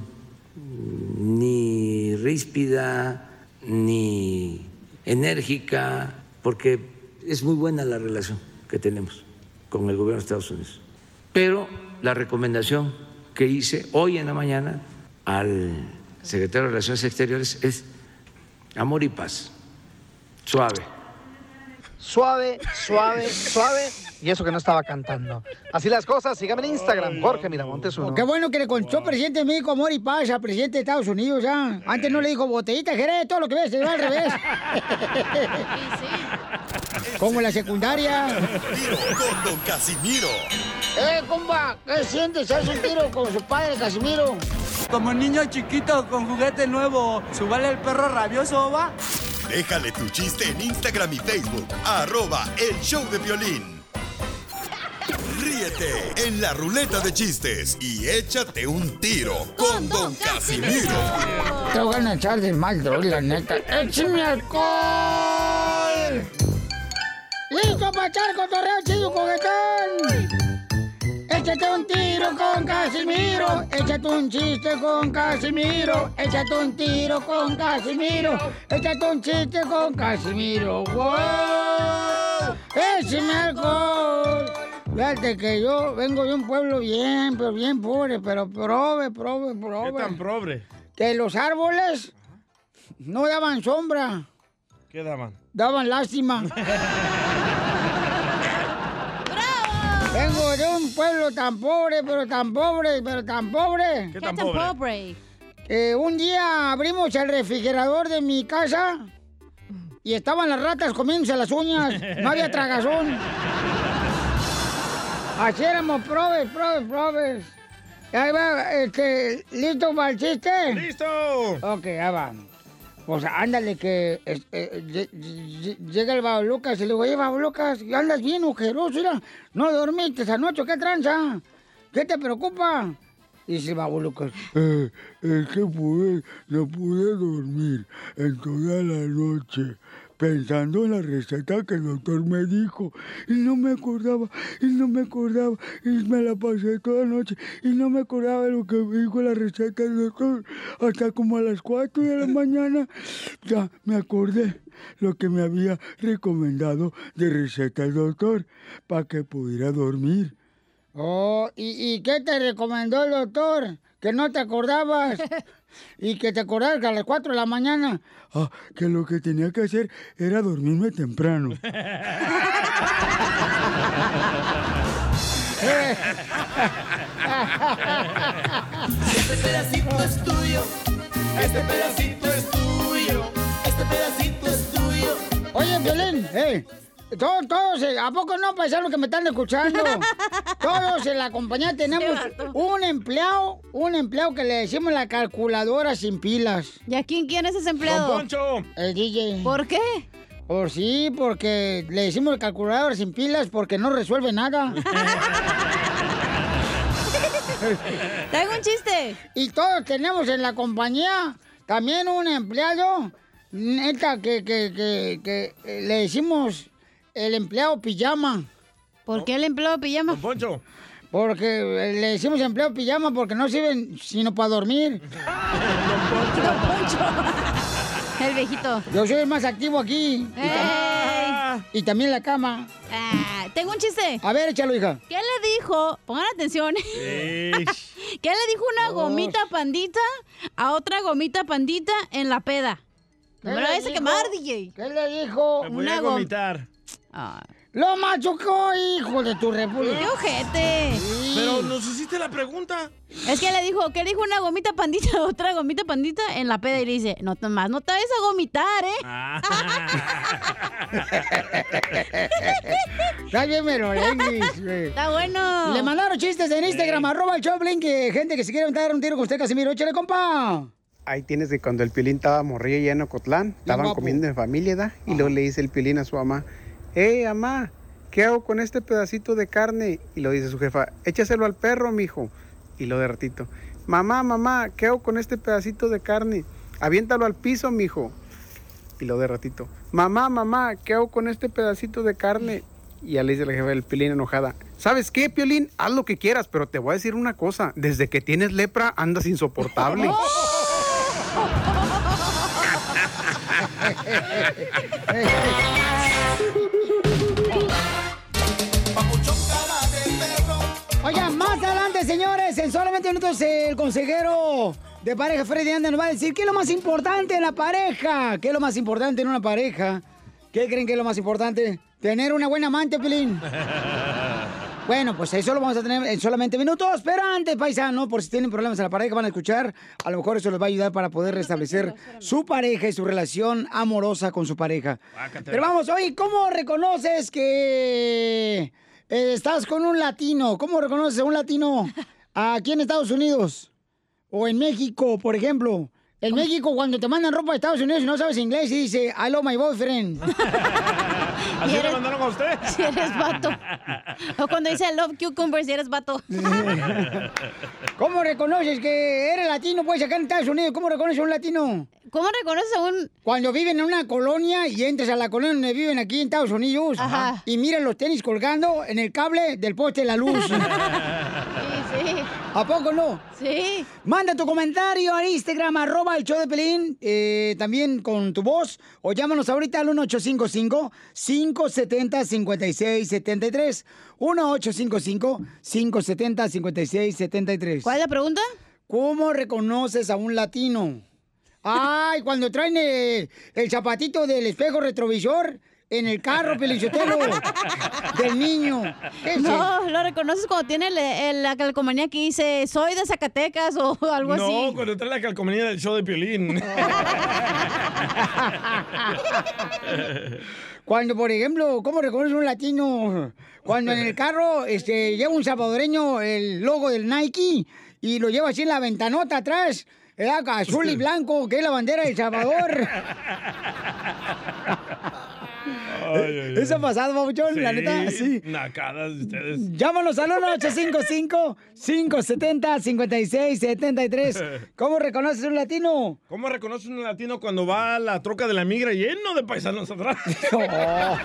ni ríspida ni enérgica, porque es muy buena la relación que tenemos con el gobierno de Estados Unidos. Pero la recomendación que hice hoy en la mañana al secretario de Relaciones Exteriores es amor y paz, suave. Suave, suave, suave. Y eso que no estaba cantando. Así las cosas, sígame en Instagram, Jorge Miramontes uno. Qué bueno que le contestó presidente de México amor y paz al presidente de Estados Unidos, ¿ya? Antes no le dijo botellita, Jerez, todo lo que ves, se va al revés. Como en la secundaria. Tiro con Don Casimiro. Eh, compa, ¿qué sientes? ¿Haz un tiro con su padre, Casimiro? Como niño chiquito con juguete nuevo, ¿subale el perro rabioso, va? Déjale tu chiste en Instagram y Facebook. Arroba El Show de Piolín. Ríete en la ruleta de chistes y échate un tiro con Don Casimiro. Te voy a echar de mal, droga, la neta. ¡Échame alcohol! ¡Listo para echar cotorreo, chido juguetón! Échate un tiro con Casimiro, échate un chiste con Casimiro, échate un tiro con Casimiro, échate un chiste con Casimiro. ¡Wow! ¡Échame alcohol! Fíjate que yo vengo de un pueblo bien, pero bien pobre, pero prove, prove, prove. ¿Qué tan pobre? Que los árboles No daban sombra. ¿Qué daban? Daban lástima. Vengo de un pueblo tan pobre, pero tan pobre, pero tan pobre. ¿Qué tan pobre? Eh, un día abrimos el refrigerador de mi casa y estaban las ratas comiéndose las uñas. No había tragazón. Así éramos, probes, probes, probes. Ahí va, este, ¿listo para el chiste? ¡Listo! Ok, ahí va. Pues ándale, que eh, eh, llega el Babalucas y le digo, oye, Babalucas, andas bien ojeroso, mira, no dormiste esa noche, ¿qué tranza? ¿Qué te preocupa? Y dice el Babalucas, eh, es que pude, no pude dormir en toda la noche pensando en la receta que el doctor me dijo y no me acordaba, y no me acordaba, y me la pasé toda la noche y no me acordaba de lo que me dijo la receta del doctor. Hasta como a las cuatro de la mañana ya me acordé lo que me había recomendado de receta el doctor para que pudiera dormir. Oh, ¿y, ¿y qué te recomendó el doctor? Que no te acordabas. Y que te acordabas que a las cuatro de la mañana. Ah, que lo que tenía que hacer era dormirme temprano. Este pedacito es tuyo. Este pedacito es tuyo. Este pedacito es tuyo. Oye, Piolín, eh. Todos, todos, ¿a poco no, paisanos que me están escuchando? Todos en la compañía tenemos un empleado, un empleado que le decimos la calculadora sin pilas. ¿Y a quién, quién es ese empleado? ¡Don Poncho! El D J. ¿Por qué? Por sí, porque le decimos la calculadora sin pilas porque no resuelve nada. Tengo un chiste. Y todos tenemos en la compañía también un empleado, neta, que, que, que, que le decimos... El empleado pijama. ¿Por qué el empleado pijama? Don Poncho. Porque le decimos empleado pijama porque no sirven sino para dormir. Don Poncho. El viejito. Yo soy el más activo aquí. Y, tam y también la cama. Ah, tengo un chiste. A ver, échalo, hija. ¿Qué le dijo? Pongan atención. ¿Qué le dijo una gomita pandita a otra gomita pandita en la peda? No me lo vayas a quemar, D J. ¿Qué le dijo? Me voy a vomitar. Ah. ¡Lo machucó, hijo de tu república! ¡Qué ojete! Sí. Pero nos hiciste la pregunta. Es que le dijo, ¿qué dijo una gomita pandita a otra gomita pandita en la peda? Y le dice, no, más no te vayas a vomitar, ¿eh? Ah. Está bien, merolenguis, güey. Está bueno. Le mandaron chistes en Instagram, hey. arroba el Choplin, que gente que se quiere dar un tiro con usted, Casimiro. Échale, compa. Ahí tienes que cuando el Piolín estaba morrillo allá en Ocotlán, estaban comiendo en familia, ¿da? Y luego le dice el Piolín a su mamá, ¡eh, mamá! ¿Qué hago con este pedacito de carne? Y lo dice su jefa, échaselo al perro, mijo. Y lo de ratito, mamá, mamá, ¿qué hago con este pedacito de carne? Aviéntalo al piso, mijo. Y lo de ratito, mamá, mamá, ¿qué hago con este pedacito de carne? Y ya le dice la jefa del Piolín enojada, ¿sabes qué, Piolín? Haz lo que quieras, pero te voy a decir una cosa, desde que tienes lepra andas insoportable. Oigan, más adelante, señores, en solamente minutos el consejero de pareja Freddy Anda nos va a decir qué es lo más importante en la pareja. ¿Qué es lo más importante en una pareja? ¿Qué creen que es lo más importante? Tener una buena amante, Pilín. Bueno, pues eso lo vamos a tener en solamente minutos, pero antes, paisano, por si tienen problemas en la pareja, van a escuchar, a lo mejor eso les va a ayudar para poder restablecer su pareja y su relación amorosa con su pareja. Pero vamos, oye, ¿cómo reconoces que eh, estás con un latino? ¿Cómo reconoces a un latino aquí en Estados Unidos? O en México, por ejemplo. En México, cuando te mandan ropa de Estados Unidos y no sabes inglés, y dice, I love my boyfriend. ¿Así le mandaron a usted? Si eres vato. O cuando dice I love cucumbers, si eres vato. ¿Cómo reconoces que eres latino? Puedes acá en Estados Unidos. ¿Cómo reconoces a un latino? ¿Cómo reconoces a un...? Cuando viven en una colonia y entras a la colonia donde viven aquí en Estados Unidos. Ajá. Y miras los tenis colgando en el cable del poste de la luz. Sí, sí. ¿A poco no? Sí. Manda tu comentario a Instagram, arroba el show de Pelín, eh, también con tu voz, o llámanos ahorita al uno ocho cinco cinco, cinco siete cero, cinco seis siete tres. uno ocho cinco cinco, cinco siete cero, cinco seis siete tres. ¿Cuál es la pregunta? ¿Cómo reconoces a un latino? Ay, cuando traen el, el zapatito del espejo retrovisor en el carro, Pelichotelo, del niño. ¿Qué No, es? Lo reconoces cuando tiene el, el, la calcomanía que dice, soy de Zacatecas o algo no, así. No, cuando trae la calcomanía del show de Piolín. Cuando, por ejemplo, ¿cómo reconoce un latino? Cuando en el carro este, lleva un salvadoreño el logo del Nike y lo lleva así en la ventanota atrás, ¿verdad? Azul y blanco, que es la bandera de El Salvador. Ay, ay, ay. ¿Eso ha pasado, Pabuchón? Sí, La neta, sí. Nacadas de ustedes. Llámanos al uno ocho cinco cinco, cinco siete cero, cinco seis siete tres. ¿Cómo reconoces un latino? ¿Cómo reconoce un latino cuando va a la troca de la migra lleno de paisanos atrás? Oh.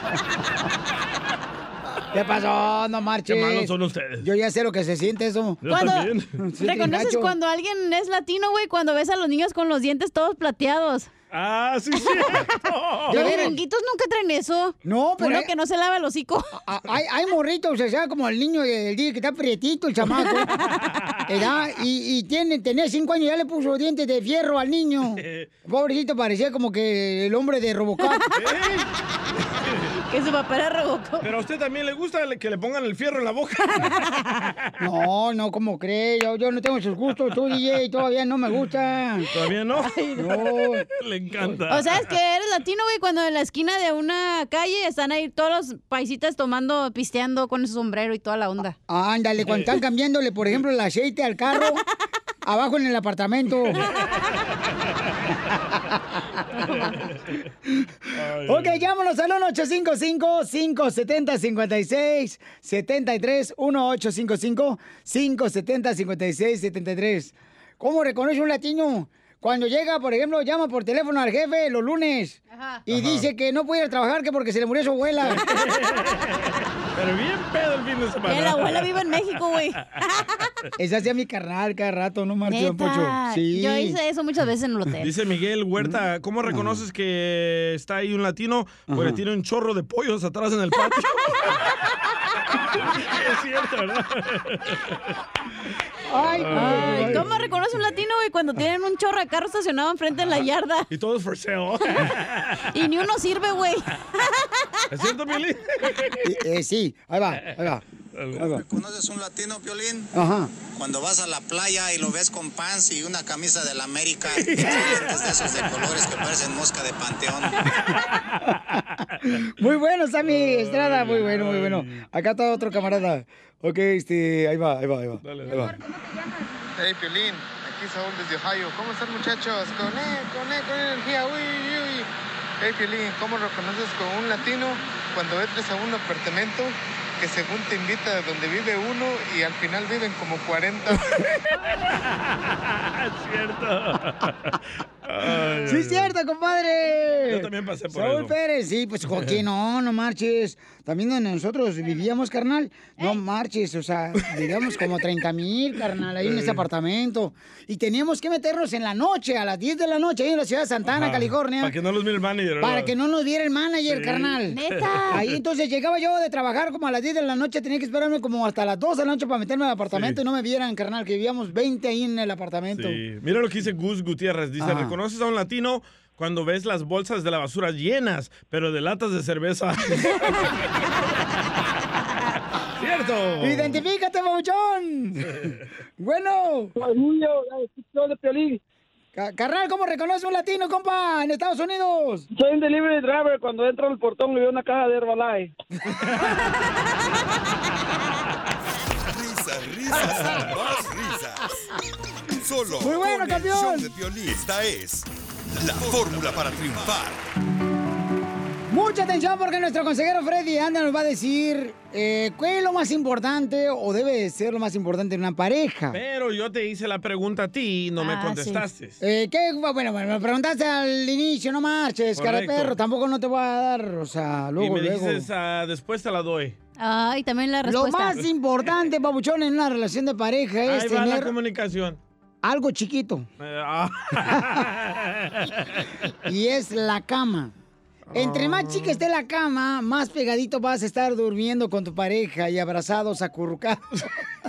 ¿Qué pasó? No marches. Qué malos son ustedes. Yo ya sé lo que se siente eso. Yo Cuando también. Sí, reconoces gacho. cuando alguien es latino, güey, cuando ves a los niños con los dientes todos plateados. Ah, sí, sí. Los merenguitos nunca traen eso. No, pero Uno hay- que no se lava el hocico. A- Hay, hay morritos, o sea, como el niño del día que está prietito, el chamaco. ¿Verdad? Y, y tiene, tenía cinco años y ya le puso dientes de fierro al niño. Pobrecito, parecía como que el hombre de Robocop. Que su papá era Robocop. Pero a usted también le gusta que le pongan el fierro en la boca. No, no, ¿cómo cree? Yo, yo no tengo esos gustos. Tú, D J, todavía no me gusta. ¿Todavía no? No. Le encanta. O sea, es que eres latino, güey, cuando en la esquina de una calle están ahí todos los paisitas tomando, pisteando con su sombrero y toda la onda. Ándale, cuando están cambiándole, por ejemplo, el aceite al carro, abajo en el apartamento. Ok, llámanos al uno ocho cinco cinco, cinco siete cero, cinco seis siete tres, uno ocho cinco cinco, cinco siete cero, cinco seis siete tres. ¿Cómo reconoce un latino? Cuando llega, por ejemplo, llama por teléfono al jefe los lunes y Ajá. dice que no puede ir a trabajar que porque se le murió su abuela. Pero bien pedo el fin de semana. Que la abuela vive en México, güey. Esa hacía mi carnal cada rato, no marches, don Pocho. Neta. Sí. Yo hice eso muchas veces en el hotel. Dice Miguel Huerta, ¿cómo reconoces que está ahí un latino? Porque Ajá. tiene un chorro de pollos atrás en el patio. Es cierto, ¿verdad? Ay, Ay, ¿cómo reconoce un latino, güey, cuando tienen un chorro de carro estacionado enfrente en la yarda? Y todo es for sale. Y ni uno sirve, güey. ¿Es cierto, Piolín? Eh, eh, sí, ahí va, ahí va. Ahí va. ¿Conoces un latino, Piolín? Ajá. Cuando vas a la playa y lo ves con pants y una camisa de la América y lentes de esos de colores que parecen mosca de panteón. Muy bueno, Sammy Estrada, muy bueno, muy bueno. Acá está otro camarada. Ok, este, ahí va, ahí va, ahí va. Ahí va. Hey, Piolín, aquí Saúl desde Ohio. ¿Cómo están, muchachos? Con él, con él, con energía. Uy, uy, uy. Hey, Piolín, ¿cómo reconoces con un latino cuando entres a un apartamento que según te invita a donde vive uno y al final viven como cuarenta? Es cierto. Ay, Sí, ay, es cierto, compadre. Yo también pasé por Saúl eso. Pérez, sí, pues Joaquín, no, no marches. También donde nosotros vivíamos, carnal, no marches, o sea, vivíamos como treinta mil, carnal, ahí en ese apartamento. Y teníamos que meternos en la noche, a las diez de la noche, ahí en la ciudad de Santana, Ajá. California. Para que no los mire el manager. Para ¿verdad? que no nos viera el manager, Sí. carnal. Neta. Ahí entonces llegaba yo de trabajar como a las diez de la noche, tenía que esperarme como hasta las dos de la noche para meterme al apartamento Sí. y no me vieran, carnal, que vivíamos veinte ahí en el apartamento. Sí. Mira lo que dice Gus Gutiérrez. Dice, Ajá. ¿reconoces a un latino cuando ves las bolsas de la basura llenas, pero de latas de cerveza? ¡Cierto! ¡Identifícate, babuchón! Bueno. Ca- Carnal, ¿cómo reconoce un latino, compa, en Estados Unidos? Soy un delivery driver. Cuando entro al portón y veo una caja de Herbalife. Risas, risas y más risas. Solo Muy bueno, con campeón. el show de Piolín. Esta es la fórmula para triunfar. Mucha atención porque nuestro consejero Freddy Anda nos va a decir eh, qué es lo más importante o debe de ser lo más importante en una pareja. Pero yo te hice la pregunta a ti y no me Ah, contestaste. sí. Eh, ¿qué? Bueno, bueno, me preguntaste al inicio, no marches, cara de Correcto. perro. Tampoco no te voy a dar, o sea, Y luego, me luego. dices, ah, después te la doy. Ay, también la Lo respuesta. más importante, babuchón, en una relación de pareja es Ahí va la tener comunicación. algo chiquito. Eh, ah. Y es la cama. Entre más chica esté la cama, más pegadito vas a estar durmiendo con tu pareja y abrazados, acurrucados.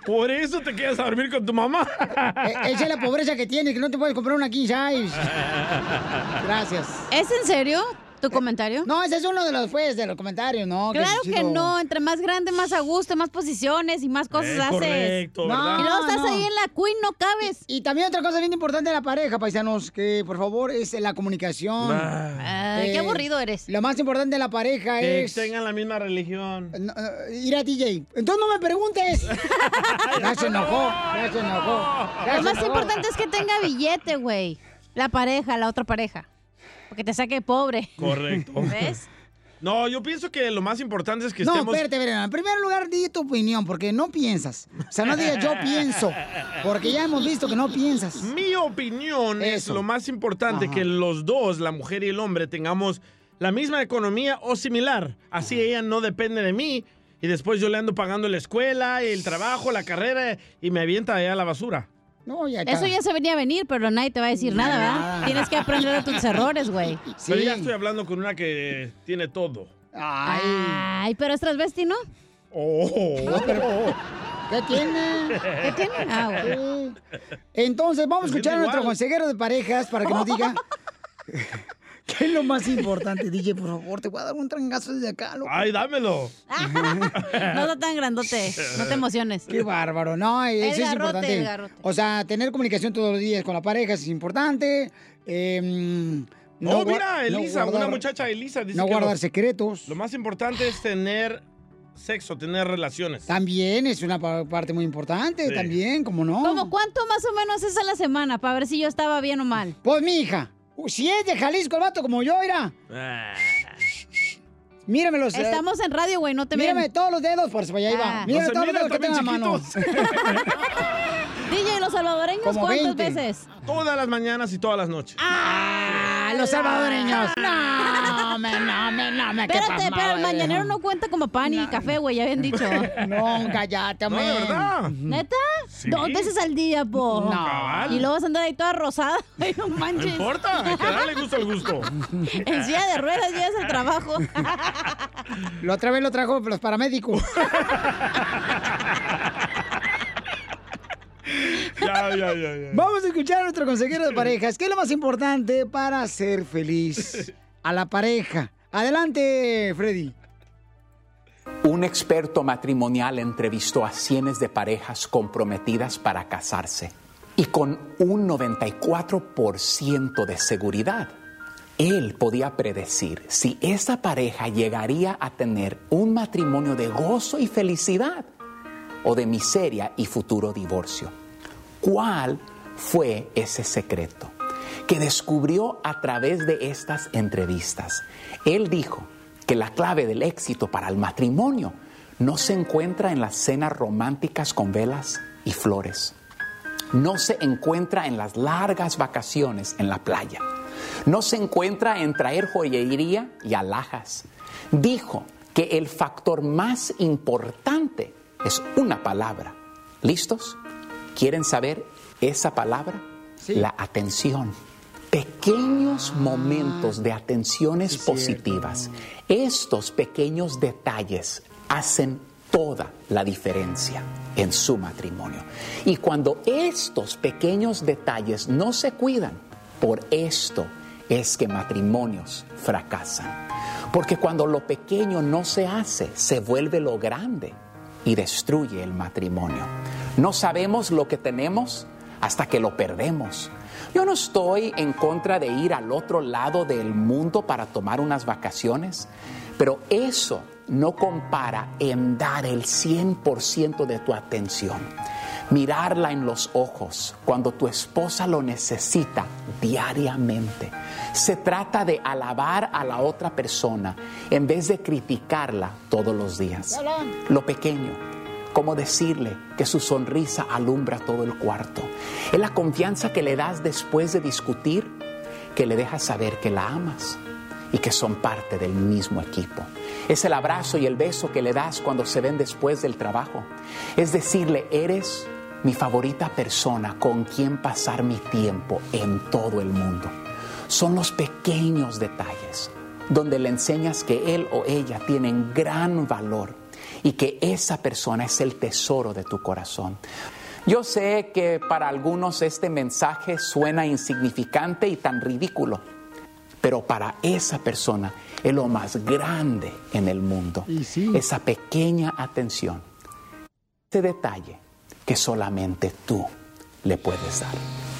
Por eso te quedas a dormir con tu mamá. E- Esa es la pobreza que tienes, que no te puedes comprar una king size. Gracias. ¿Es en serio tu comentario? No, ese es uno de los, pues, de los comentarios, ¿no? Claro Que, que no, entre más grande, más a gusto, más posiciones y más cosas Eh, haces. correcto, ¿verdad? Y luego estás No, no. ahí en la queen, no cabes. Y también otra cosa bien importante de la pareja, paisanos, que por favor es la comunicación. Ay, qué aburrido eres. Lo más importante de la pareja Que es... tengan la misma religión. No, eh, ir a D J. Entonces no me preguntes. Ya se enojó, ya se enojó. ya Lo se más enojó. importante es que tenga billete, güey. La pareja, la otra pareja. Porque te saque pobre. Correcto. ¿Ves? No, yo pienso que lo más importante es que No, estemos... espérate, espérate. En primer lugar, di tu opinión, porque no piensas. O sea, no digas yo pienso, porque ya hemos visto que no piensas. Mi opinión es Eso. lo más importante, Ajá. que los dos, la mujer y el hombre, tengamos la misma economía o similar. Así ella no depende de mí y después yo le ando pagando la escuela, el trabajo, la carrera y me avienta allá a la basura. No, ya Eso ya se venía a venir, pero nadie te va a decir nada, ¿verdad? Tienes que aprender de tus errores, güey. Pero ya estoy hablando con una que tiene todo. Ay. Ay, pero es transvesti, ¿no? Oh. ¿Qué tiene? ¿Qué tiene? Ah, bueno. Sí. Entonces, vamos a Es que escuchar a es nuestro igual. consejero de parejas para que nos diga qué es lo más importante. D J, por favor, te voy a dar un trangazo desde acá, loco. Ay, dámelo. No está tan grandote. No te emociones. Qué bárbaro, no, El eso es garrote, importante. el garrote. O sea, tener comunicación todos los días con la pareja es importante. Eh, no oh, gua- mira, no Elisa, guardar- una muchacha Elisa dice no que guardar lo, secretos. lo más importante es tener sexo, tener relaciones. También es una pa- parte muy importante, Sí. también, como no. ¿Cómo cuánto más o menos es a la semana? Para ver si yo estaba bien o mal. Pues, mi hija, si es de Jalisco el vato como yo, mira, Ah. mírame los... eh, Estamos en radio, güey, no te ven. Mírame todos los dedos, por si para allá Ah. iba. Mírame No se todos los miran, dedos que tengo en la están mano. D J, ¿los salvadoreños Como cuántas veinte. veces? Todas las mañanas y todas las noches. Ah, los salvadoreños. No, me, no, me, no, me, qué Espérate, pasmado pero el eres. mañanero no cuenta como pan y café, güey, ya habían dicho. No, cállate, No, hombre. de verdad. ¿Neta? Sí. Dos veces al día, po. No. Cabal. Y luego vas a andar ahí toda rosada. Ay, no No manches. importa, hay que darle gusto al gusto. En silla de ruedas llegas al trabajo. La otra vez lo trajo los paramédicos. Ya, ya, ya, ya. Vamos a escuchar a nuestro consejero de parejas. ¿Qué es lo más importante para ser feliz a la pareja? Adelante, Freddy. Un experto matrimonial entrevistó a cientos de parejas comprometidas para casarse y con un noventa y cuatro por ciento de seguridad, él podía predecir si esa pareja llegaría a tener un matrimonio de gozo y felicidad o de miseria y futuro divorcio. ¿Cuál fue ese secreto que descubrió a través de estas entrevistas? Él dijo que la clave del éxito para el matrimonio no se encuentra en las cenas románticas con velas y flores. No se encuentra en las largas vacaciones en la playa. No se encuentra en traer joyería y alhajas. Dijo que el factor más importante es una palabra. ¿Listos? ¿Quieren saber esa palabra? Sí. La atención. Pequeños momentos de atenciones positivas. Estos pequeños detalles hacen toda la diferencia en su matrimonio. Y cuando estos pequeños detalles no se cuidan, por esto es que matrimonios fracasan. Porque cuando lo pequeño no se hace, se vuelve lo grande y destruye el matrimonio. No sabemos lo que tenemos hasta que lo perdemos. Yo no estoy en contra de ir al otro lado del mundo para tomar unas vacaciones, pero eso no compara en dar el cien por ciento de tu atención. Mirarla en los ojos cuando tu esposa lo necesita diariamente. Se trata de alabar a la otra persona en vez de criticarla todos los días. Lo pequeño, como decirle que su sonrisa alumbra todo el cuarto. Es la confianza que le das después de discutir, que le dejas saber que la amas y que son parte del mismo equipo. Es el abrazo y el beso que le das cuando se ven después del trabajo. Es decirle, eres mi favorita persona con quien pasar mi tiempo en todo el mundo. Son los pequeños detalles donde le enseñas que él o ella tienen gran valor y que esa persona es el tesoro de tu corazón. Yo sé que para algunos este mensaje suena insignificante y tan ridículo, pero para esa persona es lo más grande en el mundo. Sí. Esa pequeña atención, ese detalle que solamente tú le puedes dar.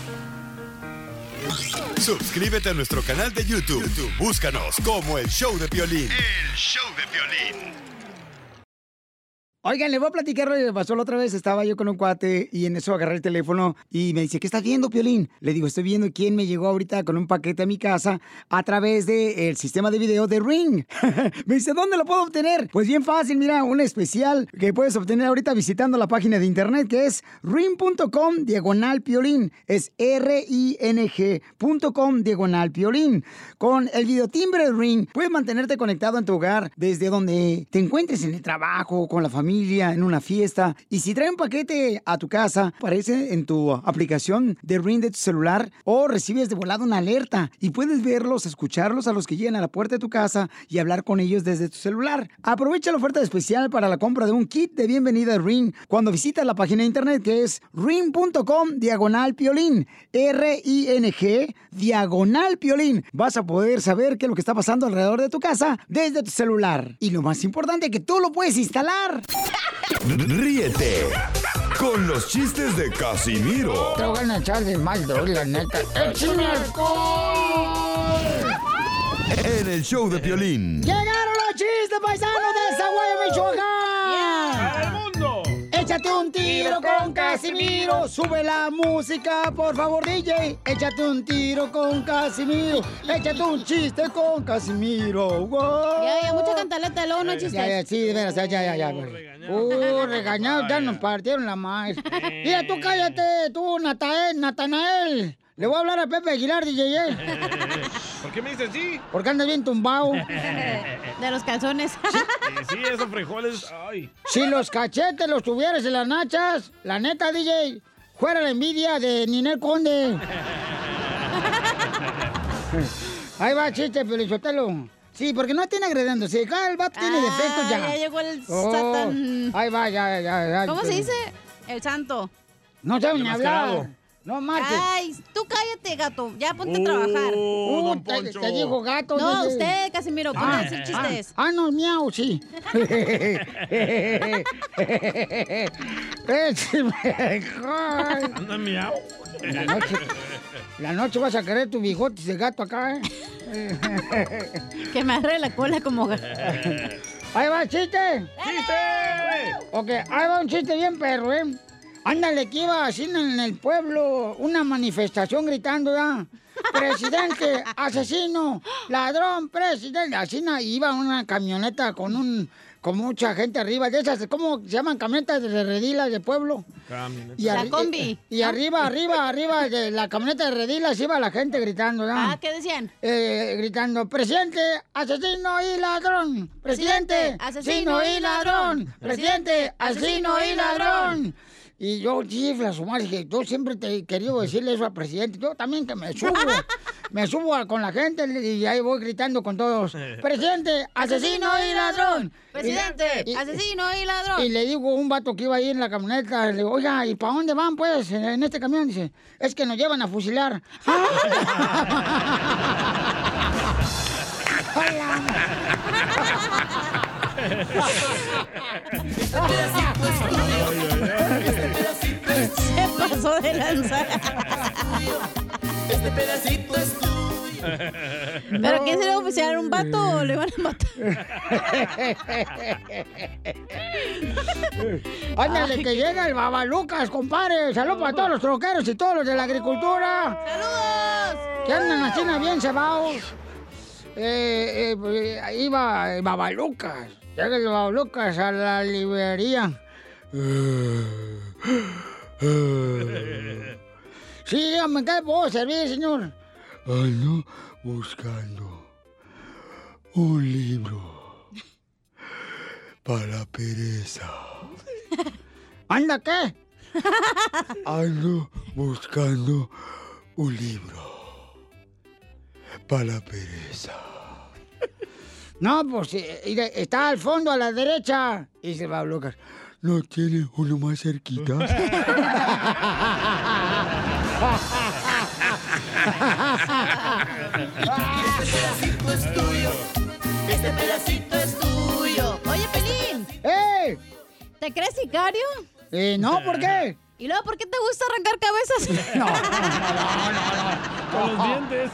Suscríbete a nuestro canal de YouTube. YouTube. Búscanos como El Show de Piolín. El Show de Piolín. Oigan, les voy a platicar lo que pasó la otra vez. Estaba yo con un cuate y en eso agarré el teléfono y me dice, ¿qué estás viendo, Piolín? Le digo, estoy viendo quién me llegó ahorita con un paquete a mi casa a través del sistema de video de Ring. Me dice, ¿dónde lo puedo obtener? Pues bien fácil, mira, un especial que puedes obtener ahorita visitando la página de internet que es ring.com diagonal Piolín. Es R I N G punto com diagonal Piolín. Con el videotimbre de Ring puedes mantenerte conectado en tu hogar desde donde te encuentres, en el trabajo, con la familia, en una fiesta. Y si trae un paquete a tu casa, aparece en tu aplicación de Ring de tu celular o recibes de volada una alerta y puedes verlos, escucharlos a los que llegan a la puerta de tu casa y hablar con ellos desde tu celular. Aprovecha la oferta especial para la compra de un kit de bienvenida de Ring cuando visitas la página de internet que es ring.com diagonal Piolín. R I N G diagonal Piolín. Vas a poder saber qué es lo que está pasando alrededor de tu casa desde tu celular. Y lo más importante, que tú lo puedes instalar. Ríete con los chistes de Casimiro. Te voy a echar de mal, la neta. ¡Échame alcohol! En el show de Piolín. ¡Llegaron los chistes paisanos de Zaguayo, Michoacán! ¡Para el mundo! Échate un tiro con Casimiro. Sube la música, por favor, D J. Échate un tiro con Casimiro. Échate un chiste con Casimiro. Wow. Ya, ya, mucha cantaleta, luego no chistes. Ya, ya, sí, de veras, ya, ya, ya. Uh, regañados, ya nos partieron la madre. Mira, tú cállate, tú, Natael, Natanael. Le voy a hablar a Pepe Aguilar, D J. ¿Por qué me dices así? Porque andas bien tumbado. De los calzones. Sí, sí, esos frijoles. Ay. Si los cachetes los tuvieras en las nachas, la neta, D J, fuera la envidia de Ninel Conde. Ahí va, chiste, Pelizotelo. Sí, porque no tiene agrediéndose. Cada el vato tiene defectos ya. Ya llegó el oh, satán. Ahí va, ya, ya, ya. ¿Cómo se dice? El santo. No saben ni hablar. No marches. Ay, tú cállate, gato. Ya ponte uh, a trabajar. Uh, don te, te dijo gato. No, dice. usted, Casimiro, ponte ah, a decir chistes. Ah, ah, no, miau, sí. Anda miau. La noche, la noche vas a querer tu bigotes de gato acá, ¿eh? Que me agarre la cola como gato. Ahí va, chiste. ¡Chiste! Ok, ahí va un chiste bien perro, ¿eh? Ándale, que iba así en el pueblo, una manifestación gritando, ¿ya? Presidente, asesino, ladrón, presidente. Así iba una camioneta con un, con mucha gente arriba, de esas, ¿cómo se llaman? Camionetas de redilas de pueblo. Y la combi. Y, y arriba, arriba, arriba de la camioneta de redilas iba la gente gritando, ¿ya? Ah, ¿qué decían? Eh, gritando, presidente, asesino y ladrón. Presidente, asesino y ladrón. Presidente, asesino y ladrón. Y yo, chifla, su madre, dije, yo siempre te he querido decirle eso al presidente. Yo también que me subo, me subo con la gente y ahí voy gritando con todos. Presidente, asesino y ladrón. Presidente, y, asesino y ladrón. Y le digo a un vato que iba ahí en la camioneta, le digo, oiga, ¿y para dónde van, pues, en este camión? Dice, es que nos llevan a fusilar. Se pasó de lanza. Este pedacito es tuyo. ¿Pero quién se le va a oficiar? ¿Un vato o le van a matar? Ándale, que llega el Babalucas, compadre. Saludos para todos los troqueros y todos los de la agricultura. ¡Saludos! Que andan así bien cebados. Eh, eh, iba el Babalucas. Llega el Babalucas a la librería. Sí, dígame, ¿qué puedo servir, señor? Ando buscando un libro para pereza. ¿Anda qué? Ando buscando un libro para pereza. No, pues eh, mire, está al fondo, a la derecha. Y dice el Babalucas, ¿no tiene uno más cerquita? Este pedacito es tuyo. Este pedacito es tuyo. Oye, Pelín. ¡Eh! ¿Te crees sicario? Eh, no, ¿por qué? ¿Y luego por qué te gusta arrancar cabezas? No, no, no, no. Con los dientes.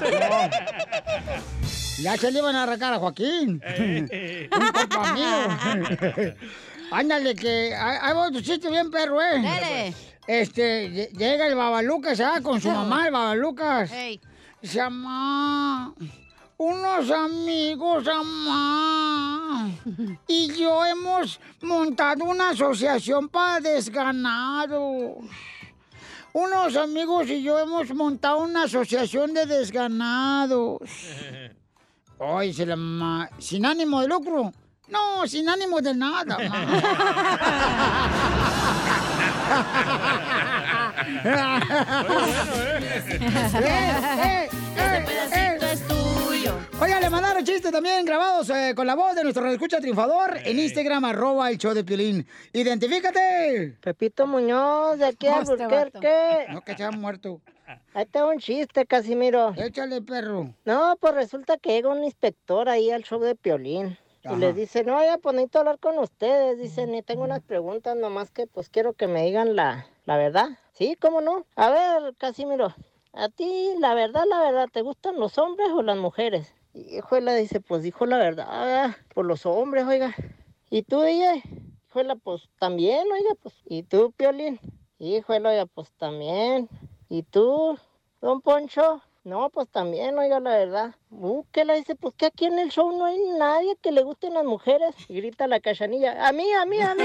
Ya se le iban a arrancar a Joaquín. Un compa mío. Ándale, que ahí va tu chiste bien, perro, ¿eh? Dale. Este, lle- llega el Babalucas, ¿ah? Con su mamá, el Babalucas. Ey. Dice, mamá, unos amigos, mamá, y yo hemos montado una asociación para desganados. Unos amigos y yo hemos montado una asociación de desganados. Ay, dice la mamá, ¿sin ánimo de lucro? No, sin ánimo de nada, mamá. Este pedacito es tuyo. Oiga, le mandaron chistes también grabados eh, con la voz de nuestro radioescucha triunfador en Instagram, arroba el show de Piolín. ¡Identifícate! Pepito Muñoz, de aquí a Este Albuquerque. No, que se ha muerto. Ahí está un chiste, Casimiro. Échale, perro. No, pues resulta que llega un inspector ahí al show de Piolín. Ajá. Y les dice, no, ya pues necesito hablar con ustedes. Dicen, y tengo unas preguntas, nomás que pues quiero que me digan la, la verdad. Sí, ¿cómo no? A ver, Casimiro, a ti, la verdad, la verdad, ¿te gustan los hombres o las mujeres? Y hijuela dice, pues dijo la verdad, por los hombres, oiga. ¿Y tú, D J? Hijuela, pues también, oiga, pues. ¿Y tú, Piolín? Hijuela, oiga, pues también. ¿Y tú, don Poncho? No, pues también, oiga, la verdad. Uh, ¿qué le dice? Pues que aquí en el show no hay nadie que le gusten las mujeres. Y grita la Cachanilla, a mí, a mí, a mí.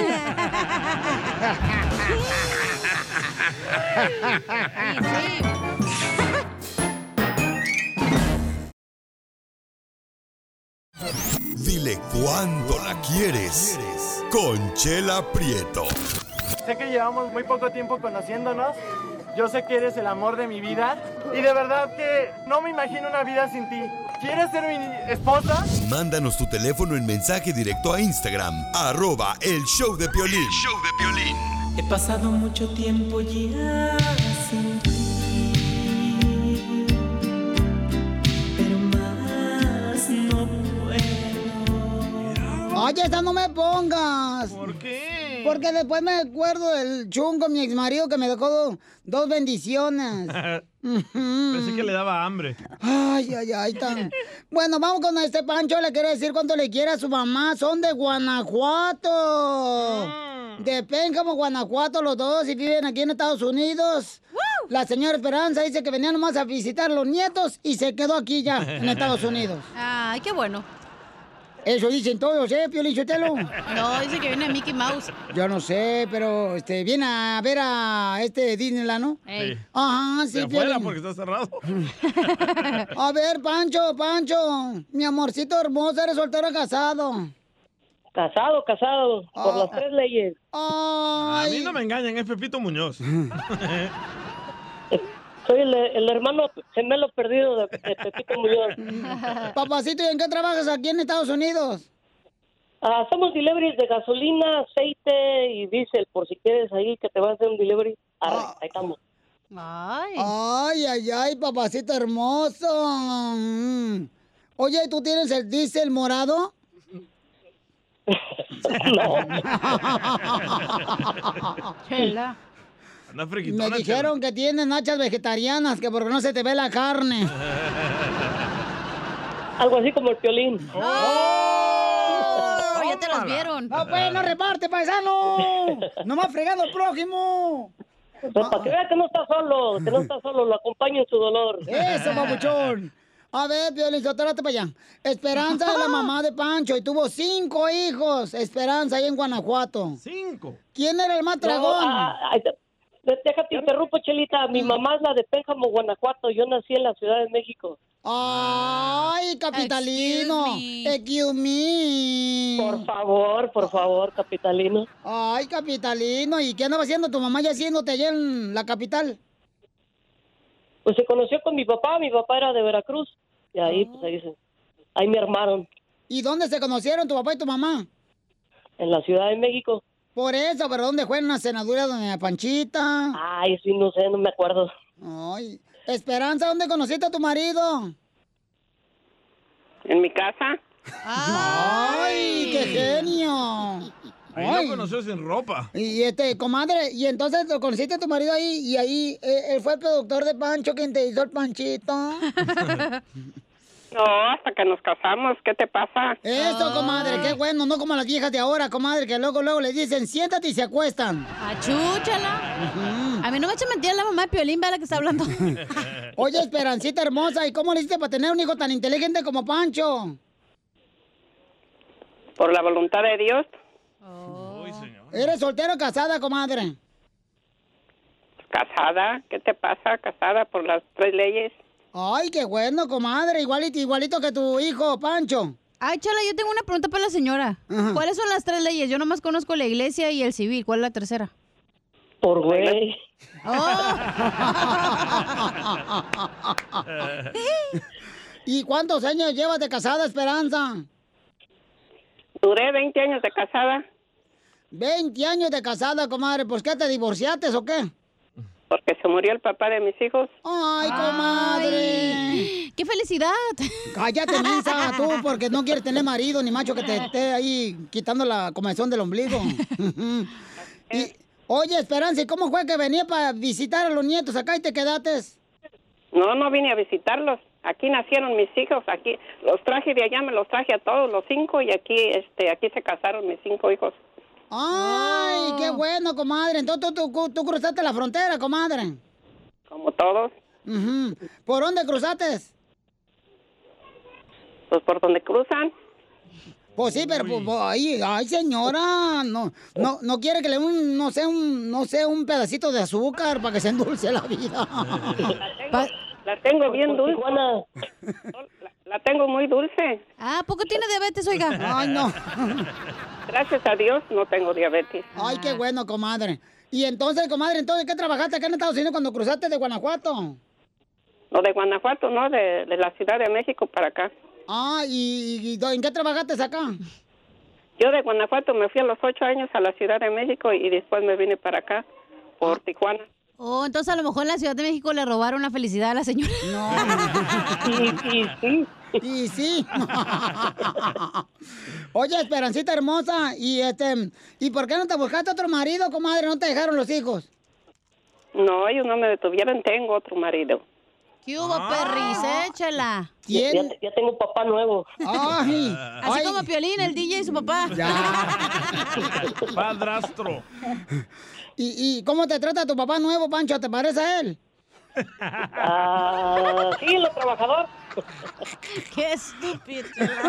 Dile cuándo la quieres. Conchela Prieto. Sé que llevamos muy poco tiempo conociéndonos. Yo sé que eres el amor de mi vida. Y de verdad que no me imagino una vida sin ti. ¿Quieres ser mi esposa? Mándanos tu teléfono en mensaje directo a Instagram, arroba el show de Piolín. El show de Piolín. He pasado mucho tiempo ya sin ti, pero más no puedo. Oye, esta no me pongas. ¿Por qué? Porque después me acuerdo del chungo, mi exmarido, que me dejó do- dos bendiciones. Pensé que le daba hambre. Ay, ay, ay, tan. Bueno, vamos con este Pancho. Le quiere decir cuánto le quiere a su mamá. Son de Guanajuato. De Pénjamo, Guanajuato, los dos, y viven aquí en Estados Unidos. La señora Esperanza dice que venía nomás a visitar a los nietos y se quedó aquí ya, en Estados Unidos. Ay, qué bueno. Eso dicen todos, ¿eh, Piolín Sotelo? No, dice que viene Mickey Mouse. Yo no sé, pero este viene a ver a este Disneyland, ¿no? Ey. Ajá, sí, De afuera Piolín. porque está cerrado. A ver, Pancho, Pancho, mi amorcito hermoso, ¿eres soltero o casado? Casado, casado, por las tres leyes. A mí no me engañan, es Pepito Muñoz. Soy el, el hermano gemelo perdido de, de Pepito Muñoz. Papacito, ¿y en qué trabajas aquí en Estados Unidos? Ah, hacemos deliveries de gasolina, aceite y diésel, por si quieres ahí que te va a hacer un delivery. Arre, ahí estamos. Ay. Ay, ay, ay, papacito hermoso. Mm. Oye, ¿tú tienes el diésel morado? Chela. Anda Me friquitona, dijeron que tienes nachas vegetarianas, que porque no se te ve la carne. Algo así como el Piolín. ¡Oh! Ya te los vieron. No, pues, no reparte, paisano. Nomás fregando al prójimo. Pues para que vea que no está solo, que no está solo, lo acompaño en su dolor. Eso, papuchón. A ver, Piolín, trate para allá. Esperanza es la mamá de Pancho y tuvo cinco hijos. Esperanza, ahí en Guanajuato. ¿Cinco? ¿Quién era el más No, dragón? ah, ah, déjate interrumpo, Chelita. Mi mamá es la de Pénjamo, Guanajuato. Yo nací en la Ciudad de México. Ay, capitalino. Excuse me. Por favor, por favor, capitalino. Ay, capitalino. ¿Y qué andaba haciendo tu mamá ya haciéndote allá en la capital? Pues se conoció con mi papá. Mi papá era de Veracruz. Y ahí, pues ahí, se, ahí me armaron. ¿Y dónde se conocieron tu papá y tu mamá? En la Ciudad de México. Por eso, ¿pero dónde fue? ¿En una senadura doña Panchita? Ay, sí, no sé, no me acuerdo. Ay, Esperanza, ¿dónde conociste a tu marido? En mi casa. ¡Ay, qué genio! Ahí Ay. lo conoció sin ropa. Y este, comadre, y entonces lo conociste a tu marido ahí, y ahí eh, él fue el productor de Pancho quien te hizo el panchito. No, hasta que nos casamos, ¿qué te pasa? Eso, comadre, qué bueno, no como las viejas de ahora, comadre, que luego, luego les dicen, siéntate y se acuestan. Achúchala. A mí no me echa mentira la mamá de Piolín, vea la que está hablando. Oye, Esperancita hermosa, ¿y cómo le hiciste para tener un hijo tan inteligente como Pancho? Por la voluntad de Dios. ¿Eres soltera o casada, comadre? Casada, ¿qué te pasa? Casada por las tres leyes. Ay, qué bueno, comadre, igualito, igualito que tu hijo, Pancho. Ay, Chala, yo tengo una pregunta para la señora. Ajá. ¿Cuáles son las tres leyes? Yo nomás conozco la iglesia y el civil. ¿Cuál es la tercera? Por güey. ¿Y cuántos años llevas de casada, Esperanza? Duré veinte años de casada. veinte años de casada, comadre. ¿Por qué te divorciaste o qué? Porque se murió el papá de mis hijos. Ay, comadre. Ay, ¡qué felicidad! Cállate, mensa, tú, porque no quieres tener marido ni macho que te esté ahí quitando la comezón del ombligo. Y, oye, Esperanza, ¿y cómo fue que venía para visitar a los nietos acá y te quedaste? No, no vine a visitarlos. Aquí nacieron mis hijos. Aquí los traje de allá, me los traje a todos los cinco y aquí, este, aquí se casaron mis cinco hijos. ¡Ay, qué bueno, comadre! Entonces tú, tú, tú cruzaste la frontera, comadre. Como todos. Ujú. ¿Por dónde cruzaste? Pues por donde cruzan. Pues sí, pero pues, pues, ay, ay, señora, no, no, no quiere que le dé un, no sé, un, no sé, un pedacito de azúcar para que se endulce la vida. La tengo, la tengo bien dulce. La, la tengo muy dulce. Ah, ¿poco tiene diabetes, oiga? Ay, no. Gracias a Dios no tengo diabetes. Ay, qué bueno, comadre. Y entonces, comadre, entonces, ¿qué trabajaste acá en Estados Unidos cuando cruzaste de Guanajuato? No, de Guanajuato, no, de, de la Ciudad de México para acá. Ah, ¿y, y en qué trabajaste acá? Yo de Guanajuato me fui a los ocho años a la Ciudad de México y después me vine para acá, por Tijuana. Oh, entonces a lo mejor en la Ciudad de México le robaron la felicidad a la señora. No. Sí, sí, sí. Y sí. Oye, Esperancita hermosa, y este, ¿y por qué no te buscaste otro marido, comadre? ¿No te dejaron los hijos? No, ellos no me detuvieron, tengo otro marido. ¿Qué hubo, perris? Échala. Ya, ya, ya tengo un papá nuevo. Ay, Así ay. como Piolín, el D J y su papá. Padrastro. ¿Y, ¿Y cómo te trata tu papá nuevo, Pancho? ¿Te parece a él? Ah, sí, lo trabajador. Qué estúpido.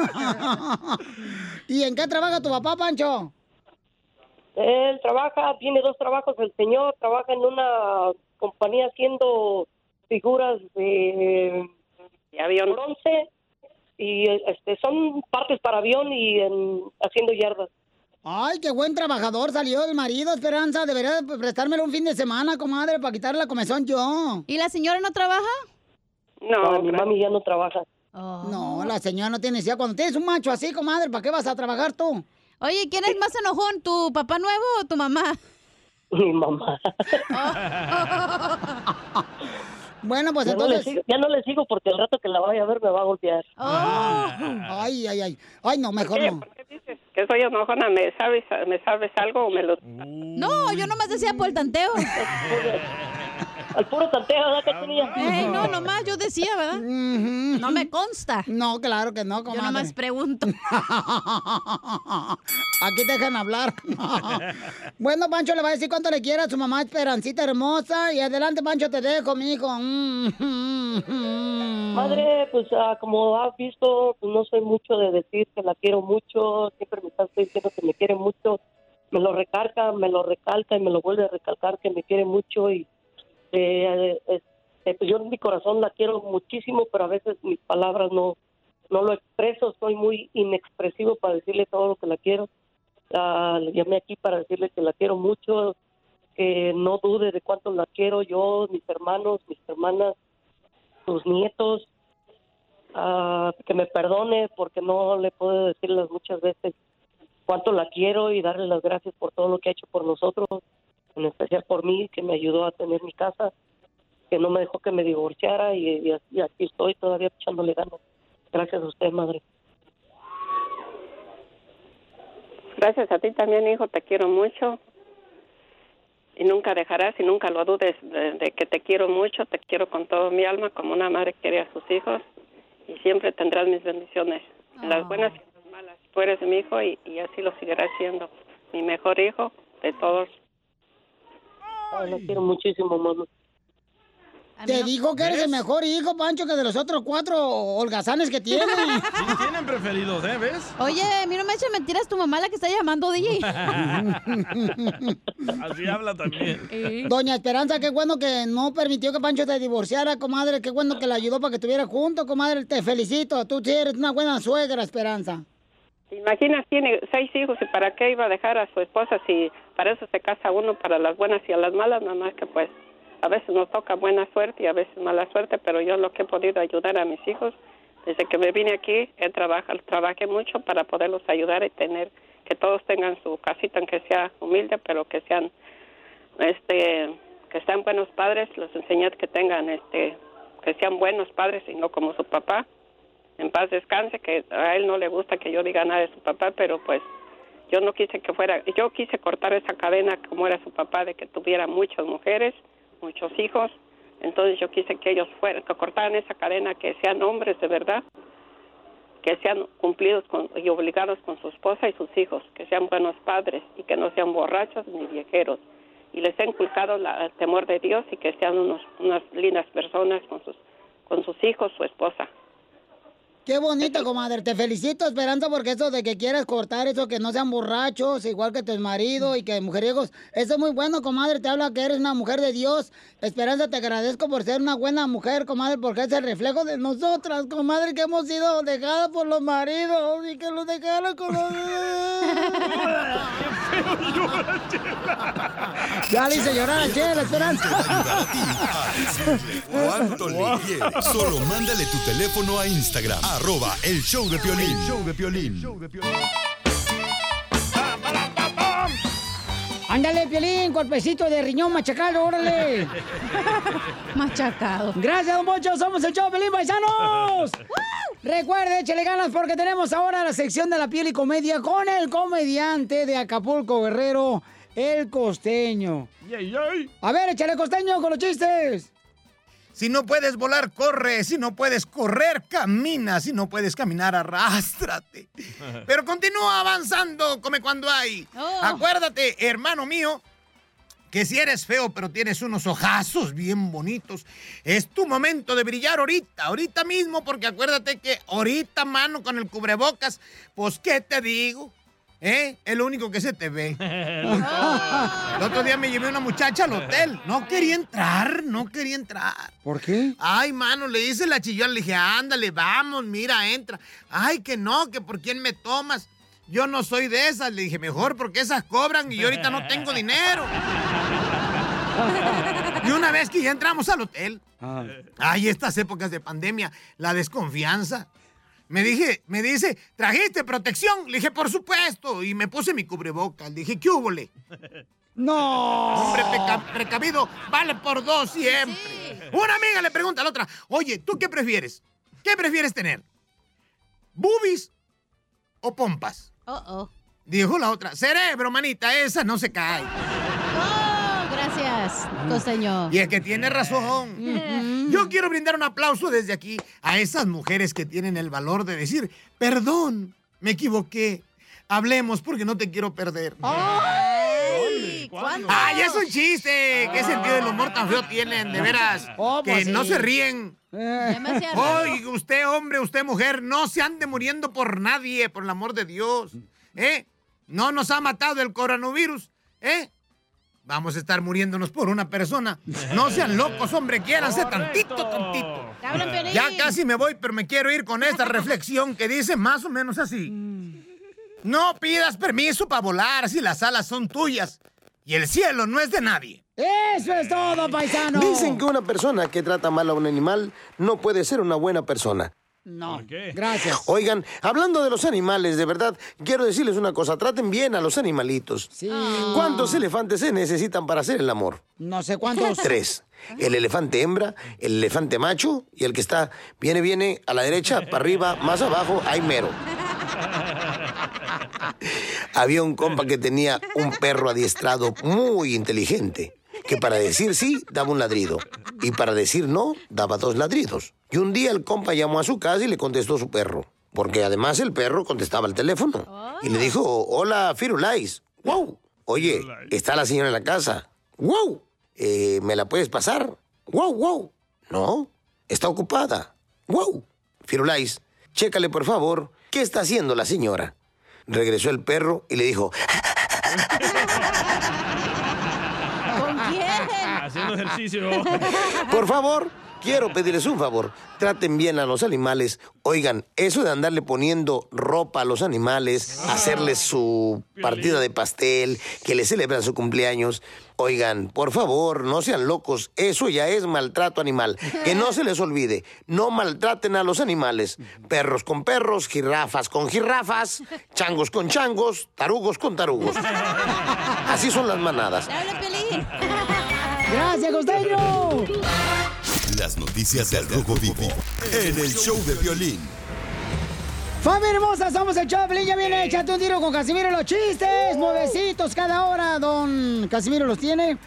¿Y en qué trabaja tu papá, Pancho? Él trabaja, tiene dos trabajos. El señor trabaja en una compañía haciendo figuras de, de avión bronce y este son partes para avión y en, haciendo yardas. Ay, qué buen trabajador salió el marido, Esperanza. Debería de prestármelo un fin de semana, comadre, para quitarle la comezón yo. ¿Y la señora no trabaja? No, no mi mami ya no trabaja. Oh. No, la señora no tiene necesidad. Cuando tienes un macho así, comadre, ¿para qué vas a trabajar tú? Oye, ¿quién es más enojón, tu papá nuevo o tu mamá? Mi mamá. Bueno, pues ya entonces... No sigo, ya no le sigo porque el rato que la vaya a ver me va a golpear. Oh. Ay, ay, ay. Ay, no, mejor ¿Qué? no. ¿Por qué dices que soy enojona? ¿Me sabes, ¿Me sabes algo o me lo...? No, yo nomás decía por el tanteo. Al puro tanteo, ¿verdad, Cachanilla? Ey, no, nomás yo decía, ¿verdad? Uh-huh. No me consta. No, claro que no, comadre. Yo nomás pregunto. Aquí te dejan hablar. Bueno, Pancho le va a decir cuánto le quiere a su mamá Esperancita hermosa. Y adelante, Pancho, te dejo, mijo. Madre, pues uh, como has visto, pues no soy mucho de decir que la quiero mucho. Siempre me estás diciendo que me quiere mucho. Me lo recalca, me lo recalca y me lo vuelve a recalcar que me quiere mucho. Y eh, eh, eh, pues yo en mi corazón la quiero muchísimo, pero a veces mis palabras no, no lo expreso. Soy muy inexpresivo para decirle todo lo que la quiero. Uh, le llamé aquí para decirle que la quiero mucho, que no dude de cuánto la quiero yo, mis hermanos, mis hermanas, sus nietos, ah, que me perdone porque no le puedo decirles muchas veces cuánto la quiero y darle las gracias por todo lo que ha hecho por nosotros, en especial por mí, que me ayudó a tener mi casa, que no me dejó que me divorciara y, y, y aquí estoy todavía echándole ganas. Gracias a usted, madre. Gracias a ti también, hijo, te quiero mucho. Y nunca dejarás y nunca lo dudes de, de que te quiero mucho, te quiero con toda mi alma, como una madre quiere a sus hijos. Y siempre tendrás mis bendiciones, en las buenas y en las malas. Tú eres mi hijo y, y así lo seguirás siendo. Mi mejor hijo de todos. Ay, lo quiero muchísimo, mamá. Te digo que eres el mejor hijo, Pancho, que de los otros cuatro holgazanes que tienen. Sí, tienen preferidos, ¿eh? ¿Ves? Oye, a mí no me eches mentiras, tu mamá la que está llamando, D J. Así habla también. Doña Esperanza, qué bueno que no permitió que Pancho te divorciara, comadre. Qué bueno que la ayudó para que estuviera junto, comadre. Te felicito. Tú sí eres una buena suegra, Esperanza. ¿Te imaginas? Tiene seis hijos y ¿para qué iba a dejar a su esposa si para eso se casa uno, para las buenas y a las malas? Nada más que pues a veces nos toca buena suerte y a veces mala suerte, pero yo lo que he podido ayudar a mis hijos, desde que me vine aquí, he trabajado, trabajé mucho para poderlos ayudar y tener, que todos tengan su casita, aunque sea humilde, pero que sean, este, que sean buenos padres, los enseñé que tengan, este, que sean buenos padres y no como su papá. En paz descanse, que a él no le gusta que yo diga nada de su papá, pero pues yo no quise que fuera, yo quise cortar esa cadena como era su papá, de que tuviera muchas mujeres, muchos hijos. Entonces yo quise que ellos fueran, que cortaran esa cadena, que sean hombres de verdad, que sean cumplidos con, y obligados con su esposa y sus hijos, que sean buenos padres y que no sean borrachos ni viejeros. Y les he inculcado la, el temor de Dios y que sean unos, unas lindas personas con sus, con sus hijos, su esposa. Qué bonito, comadre. Te felicito, Esperanza, porque eso de que quieras cortar eso, que no sean borrachos, igual que tus maridos y que mujeriegos, eso es muy bueno, comadre. Te habla que eres una mujer de Dios. Esperanza, te agradezco por ser una buena mujer, comadre, porque es el reflejo de nosotras, comadre, que hemos sido dejadas por los maridos y que los dejaron con los... Ya le hice llorar a Chela, Esperanza. ¿Cuánto le quieres? Solo mándale tu teléfono a Instagram, arroba el show de Piolín. El show de Piolín. Ándale, Piolín, golpecito de riñón machacado, órale. Machacado. Gracias, don Poncho, somos el show de Piolín, paisanos. Recuerde, échale ganas porque tenemos ahora la sección de la piel y comedia con el comediante de Acapulco, Guerrero, el Costeño. Yay, yay. A ver, échale, Costeño, con los chistes. Si no puedes volar, corre. Si no puedes correr, camina. Si no puedes caminar, arrástrate. Pero continúa avanzando, come cuando hay. Oh. Acuérdate, hermano mío, que si eres feo pero tienes unos ojazos bien bonitos, es tu momento de brillar ahorita, ahorita mismo, porque acuérdate que ahorita, mano, con el cubrebocas, pues, ¿qué te digo? ¿Eh? Es lo único que se te ve. El otro día me llevé una muchacha al hotel. No quería entrar, no quería entrar. ¿Por qué? Ay, mano, le dice la chillona, le dije, ándale, vamos, mira, entra. Ay, que no, que por quién me tomas. Yo no soy de esas. Le dije, mejor porque esas cobran y yo ahorita no tengo dinero. Y una vez que ya entramos al hotel, Ah. ay, estas épocas de pandemia, la desconfianza. Me dije, me dice, ¿trajiste protección? Le dije, por supuesto. Y me puse mi cubrebocas. Le dije, ¿qué húbole? ¡No! Hombre peca- precavido, vale por dos siempre. Sí. Una amiga le pregunta a la otra, oye, ¿tú qué prefieres? ¿Qué prefieres tener? ¿Boobies o pompas? Oh, oh. Dijo la otra, cerebro, manita, esa no se cae. Oh, gracias, Costeño. Y es que tiene razón. Yo quiero brindar un aplauso desde aquí a esas mujeres que tienen el valor de decir, perdón, me equivoqué. Hablemos porque no te quiero perder. ¡Ay! ¿Cuándo? ¡Ay, es un chiste! ¿Qué sentido del humor tan feo tienen, de veras? Oh, que pues no sí. se ríen. Demasiado. Oye, usted hombre, usted mujer, no se ande muriendo por nadie, por el amor de Dios. ¿Eh? No nos ha matado el coronavirus, ¿eh? Vamos a estar muriéndonos por una persona. No sean locos, hombre, quiéranse tantito, tantito. Cabrón, Piolín. Ya casi me voy, pero me quiero ir con esta reflexión que dice más o menos así. No pidas permiso para volar si las alas son tuyas y el cielo no es de nadie. ¡Eso es todo, paisano! Dicen que una persona que trata mal a un animal no puede ser una buena persona. No, gracias. Oigan, hablando de los animales, de verdad, quiero decirles una cosa. Traten bien a los animalitos. Sí. ¿Cuántos elefantes se necesitan para hacer el amor? No sé cuántos. Tres. El elefante hembra, el elefante macho y el que está, viene, viene, a la derecha, para arriba, más abajo, hay mero. Había un compa que tenía un perro adiestrado muy inteligente, que para decir sí, daba un ladrido, y para decir no, daba dos ladridos. Y un día el compa llamó a su casa y le contestó su perro, porque además el perro contestaba el teléfono. Y le dijo, hola, Firulais. ¡Wow! Oye, está la señora en la casa. ¡Wow! Eh, ¿Me la puedes pasar? ¡Wow, wow! No, está ocupada. ¡Wow! Firulais, chécale por favor, ¿qué está haciendo la señora? Regresó el perro y le dijo... ¿Con quién? Haciendo ejercicio. Por favor, quiero pedirles un favor. Traten bien a los animales. Oigan, eso de andarle poniendo ropa a los animales, hacerles su partida de pastel, que les celebran su cumpleaños. Oigan, por favor, no sean locos. Eso ya es maltrato animal. Que no se les olvide. No maltraten a los animales. Perros con perros, jirafas con jirafas, changos con changos, tarugos con tarugos. Así son las manadas. ¡Gracias, costeño! Las noticias del Rojo Vivo en el show de Piolín. ¡Familia hermosa! Somos el show de Piolín. Ya viene, échate un tiro con Casimiro. Los chistes, nuevecitos cada hora. Don Casimiro los tiene.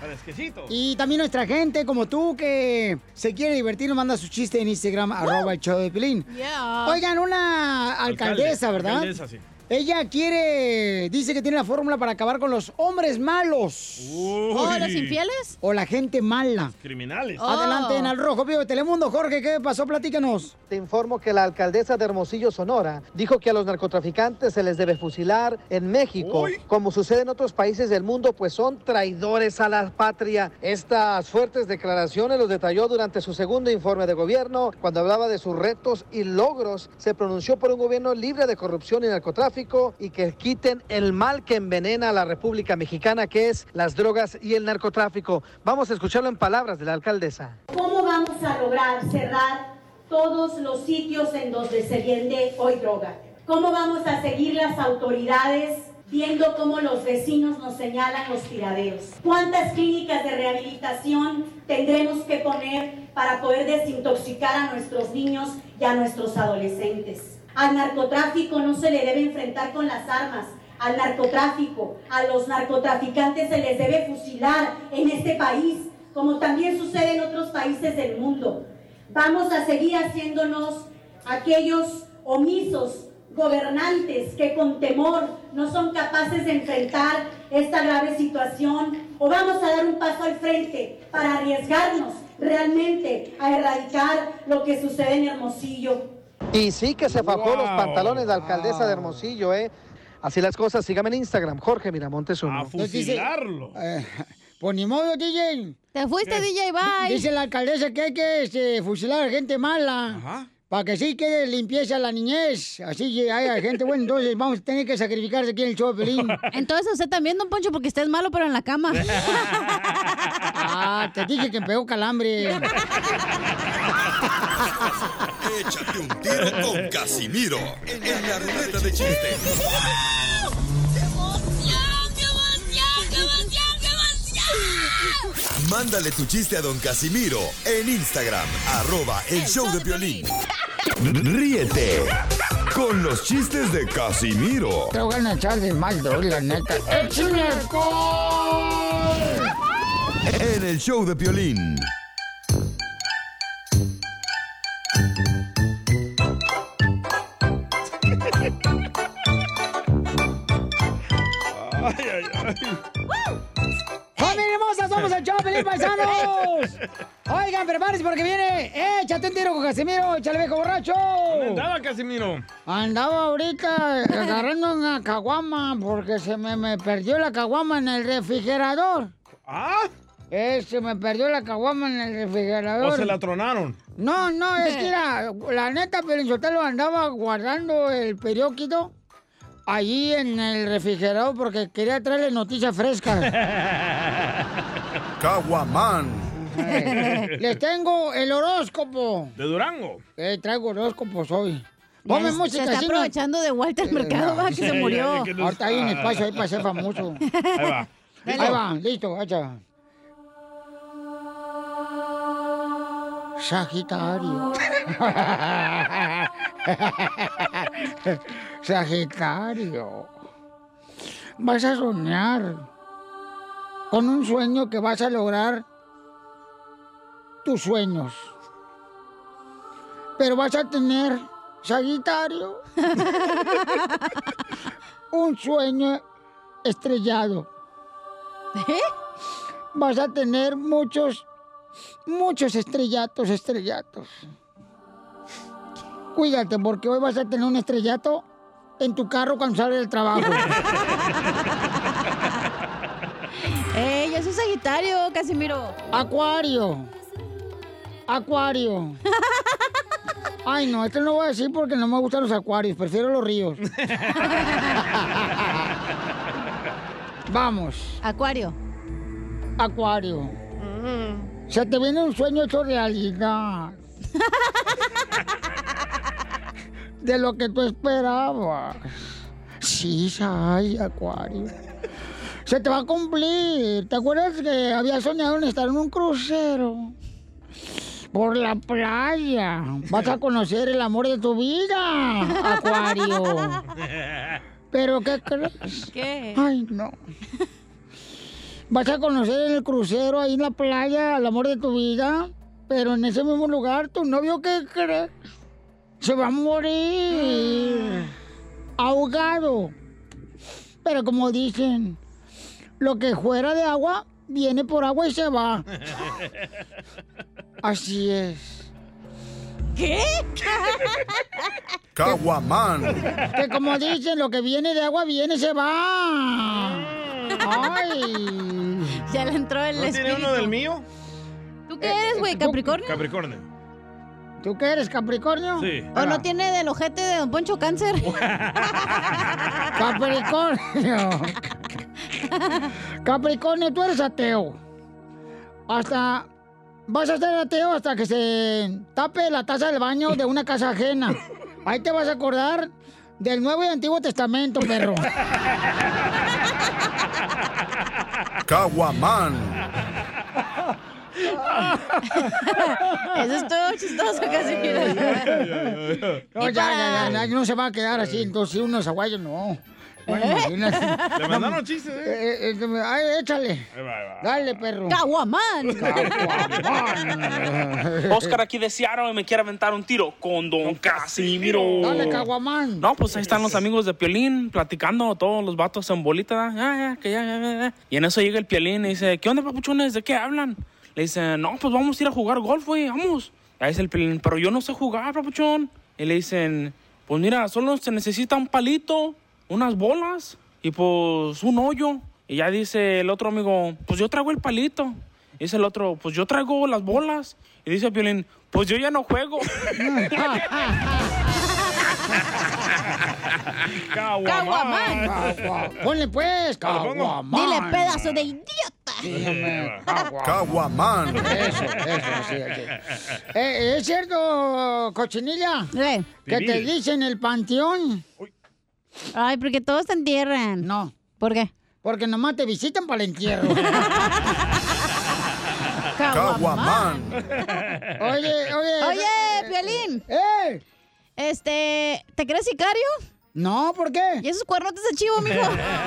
Y también nuestra gente, como tú, que se quiere divertir, nos manda su chiste en Instagram, arroba el show de Piolín. Yeah. Oigan, una alcaldesa, Alcalde, ¿verdad? alcaldesa, sí. Ella quiere, dice que tiene la fórmula para acabar con los hombres malos. Uy. ¿O los infieles? O la gente mala. Criminales. Adelante en El Rojo Vivo de Telemundo. Jorge, ¿qué pasó? Platícanos. Te informo que la alcaldesa de Hermosillo, Sonora, dijo que a los narcotraficantes se les debe fusilar en México, Uy. como sucede en otros países del mundo, pues son traidores a la patria. Estas fuertes declaraciones los detalló durante su segundo informe de gobierno, cuando hablaba de sus retos y logros. Se pronunció por un gobierno libre de corrupción y narcotráfico y que quiten el mal que envenena a la República Mexicana, que es las drogas y el narcotráfico. Vamos a escucharlo en palabras de la alcaldesa. ¿Cómo vamos a lograr cerrar todos los sitios en donde se vende hoy droga? ¿Cómo vamos a seguir las autoridades viendo cómo los vecinos nos señalan los tiraderos? ¿Cuántas clínicas de rehabilitación tendremos que poner para poder desintoxicar a nuestros niños y a nuestros adolescentes? Al narcotráfico no se le debe enfrentar con las armas. Al narcotráfico, a los narcotraficantes se les debe fusilar en este país, como también sucede en otros países del mundo. Vamos a seguir haciéndonos aquellos omisos gobernantes que con temor no son capaces de enfrentar esta grave situación, o vamos a dar un paso al frente para arriesgarnos realmente a erradicar lo que sucede en Hermosillo. Y sí que se fajó Wow. los pantalones de alcaldesa de Hermosillo, ¿eh? Así las cosas. Sígame en Instagram, Jorge Miramontes uno. A fusilarlo. Eh, pues ni modo, D J. Te fuiste, ¿Qué? D J, bye. Dice la alcaldesa que hay que este, fusilar a gente mala. Ajá. Para que sí quede limpieza a la niñez. Así que haya gente buena. Entonces vamos a tener que sacrificarse aquí en el show de Pelín. Entonces usted también, don Poncho, porque usted es malo, pero en la cama. Ah, te dije que me pegó calambre. Échate un tiro con Casimiro en la ruleta de chistes. Mándale tu chiste a don Casimiro en Instagram, arroba el show de Piolín. Ríete con los chistes de Casimiro. Te voy a echar de mal, la neta. ¡Échame alcohol! En el show de Piolín. Ay, ay, ay. ¡Familia hermosa! ¡Somos el show de Pelín, paisanos! Oigan, prepárense porque viene. ¡Échate un tiro con Casimiro! ¡Échale, viejo borracho! ¿Dónde andaba, Casimiro? Andaba ahorita agarrando una caguama porque se me, me perdió la caguama en el refrigerador. ¿Ah? Eh, se me perdió la caguama en el refrigerador. ¿O se la tronaron? No, no, es que la, la neta, Pelizotelo andaba guardando el periódico allí en el refrigerador porque quería traerle noticias frescas. Caguamán. Les tengo el horóscopo. ¿De Durango? Eh, traigo horóscopos hoy. Ya Ponme se- música. se está así, ¿no? aprovechando de Walter Mercado, va, que se murió. Ahorita hay un espacio ahí para ser famoso. Ahí va. Ahí va, listo, hacha. Sagitario. Sagitario. Vas a soñar con un sueño que vas a lograr tus sueños. Pero vas a tener, Sagitario, un sueño estrellado. Vas a tener muchos, muchos estrellatos, estrellatos. Cuídate, porque hoy vas a tener un estrellato en tu carro cuando sales del trabajo. ¡Ey, yo soy Sagitario, Casimiro! Acuario. Acuario. Ay, no, esto no lo voy a decir porque no me gustan los acuarios, prefiero los ríos. Vamos. Acuario. Acuario. Se te viene un sueño hecho realidad. De lo que tú esperabas. Sí, ay, Acuario. Se te va a cumplir. ¿Te acuerdas que habías soñado en estar en un crucero? Por la playa. Vas a conocer el amor de tu vida, Acuario. ¿Pero qué crees? ¿Qué? Ay, no. Vas a conocer en el crucero, ahí en la playa, al amor de tu vida, pero en ese mismo lugar, tu novio, ¿qué crees? Se va a morir. Ahogado. Pero como dicen, lo que fuera de agua, viene por agua y se va. Así es. ¿Qué? Caguamán. Que como dicen, lo que viene de agua, viene y se va. Ay. Ya le entró el ¿No tiene espíritu. uno del mío? ¿Tú qué eres, güey? ¿Capricornio? Capricornio. ¿Tú qué eres, Capricornio? Sí. ¿O no tiene del ojete de Don Poncho cáncer? Capricornio. Capricornio, tú eres ateo. Hasta... Vas a ser ateo hasta que se tape la taza del baño de una casa ajena. Ahí te vas a acordar del Nuevo y Antiguo Testamento, perro. Caguamán. Eso es todo chistoso, Casimiro. No, ya, ya, ya, ya, no se va a quedar así, entonces unos aguayos no. Bueno, imagínate. Le mandaron chistes, ¿eh? Eh, eh, eh, ay, échale. Ahí va, ahí va. Dale, perro. ¡Caguamán! Oscar aquí de Seattle y me quiere aventar un tiro con Don Casimiro. Dale, Caguamán. No, pues ahí están los amigos de Piolín platicando, todos los vatos en bolita. Ya, ya, que ya, ya, ya. Y en eso llega el Piolín y dice, ¿qué onda, papuchones? ¿De qué hablan? Le dicen, no, pues vamos a ir a jugar golf, güey, vamos. Y ahí dice el Piolín, pero yo no sé jugar, papuchón. Y le dicen, pues mira, solo se necesita un palito, unas bolas y pues un hoyo. Y ya dice el otro amigo, pues yo traigo el palito. Y dice el otro, pues yo traigo las bolas. Y dice el Piolín, pues yo ya no juego. Caguamán. Ponle pues, Caguamán. Dile, pedazo de idiota. Caguamán. Eso, eso, sí, sí. Eh, ¿Es cierto, cochinilla? ¿Qué? Que te dicen el panteón. Ay, porque todos te entierran. No. ¿Por qué? Porque nomás te visitan para el entierro. Caguamán. Oye, oye. Oye, Piolín. ¡Eh! Este, ¿te crees sicario? No, ¿por qué? ¿Y esos cuernotes de chivo, mijo?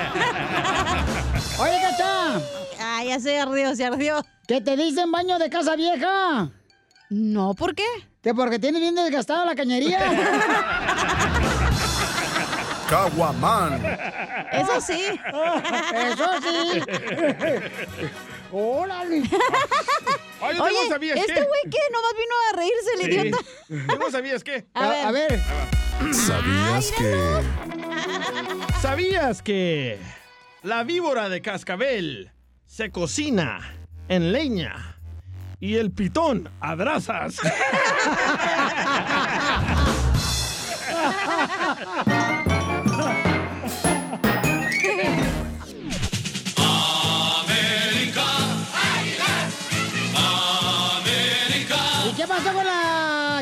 Oye, Cacha. Ay, ya se ardió, se ardió. ¿Que te dicen baño de casa vieja? No, ¿por qué? Que porque tienes bien desgastada la cañería. Caguamán. Eso sí. Eso sí. Órale. Oye, ¿tú Oye, no sabías ¿este qué? güey qué? ¿Nomás vino a reírse el Sí. idiota? ¿Tú no sabías qué? A ver. A ver. ¿Sabías que... ¿Sabías que la víbora de cascabel se cocina en leña y el pitón a brasas? América,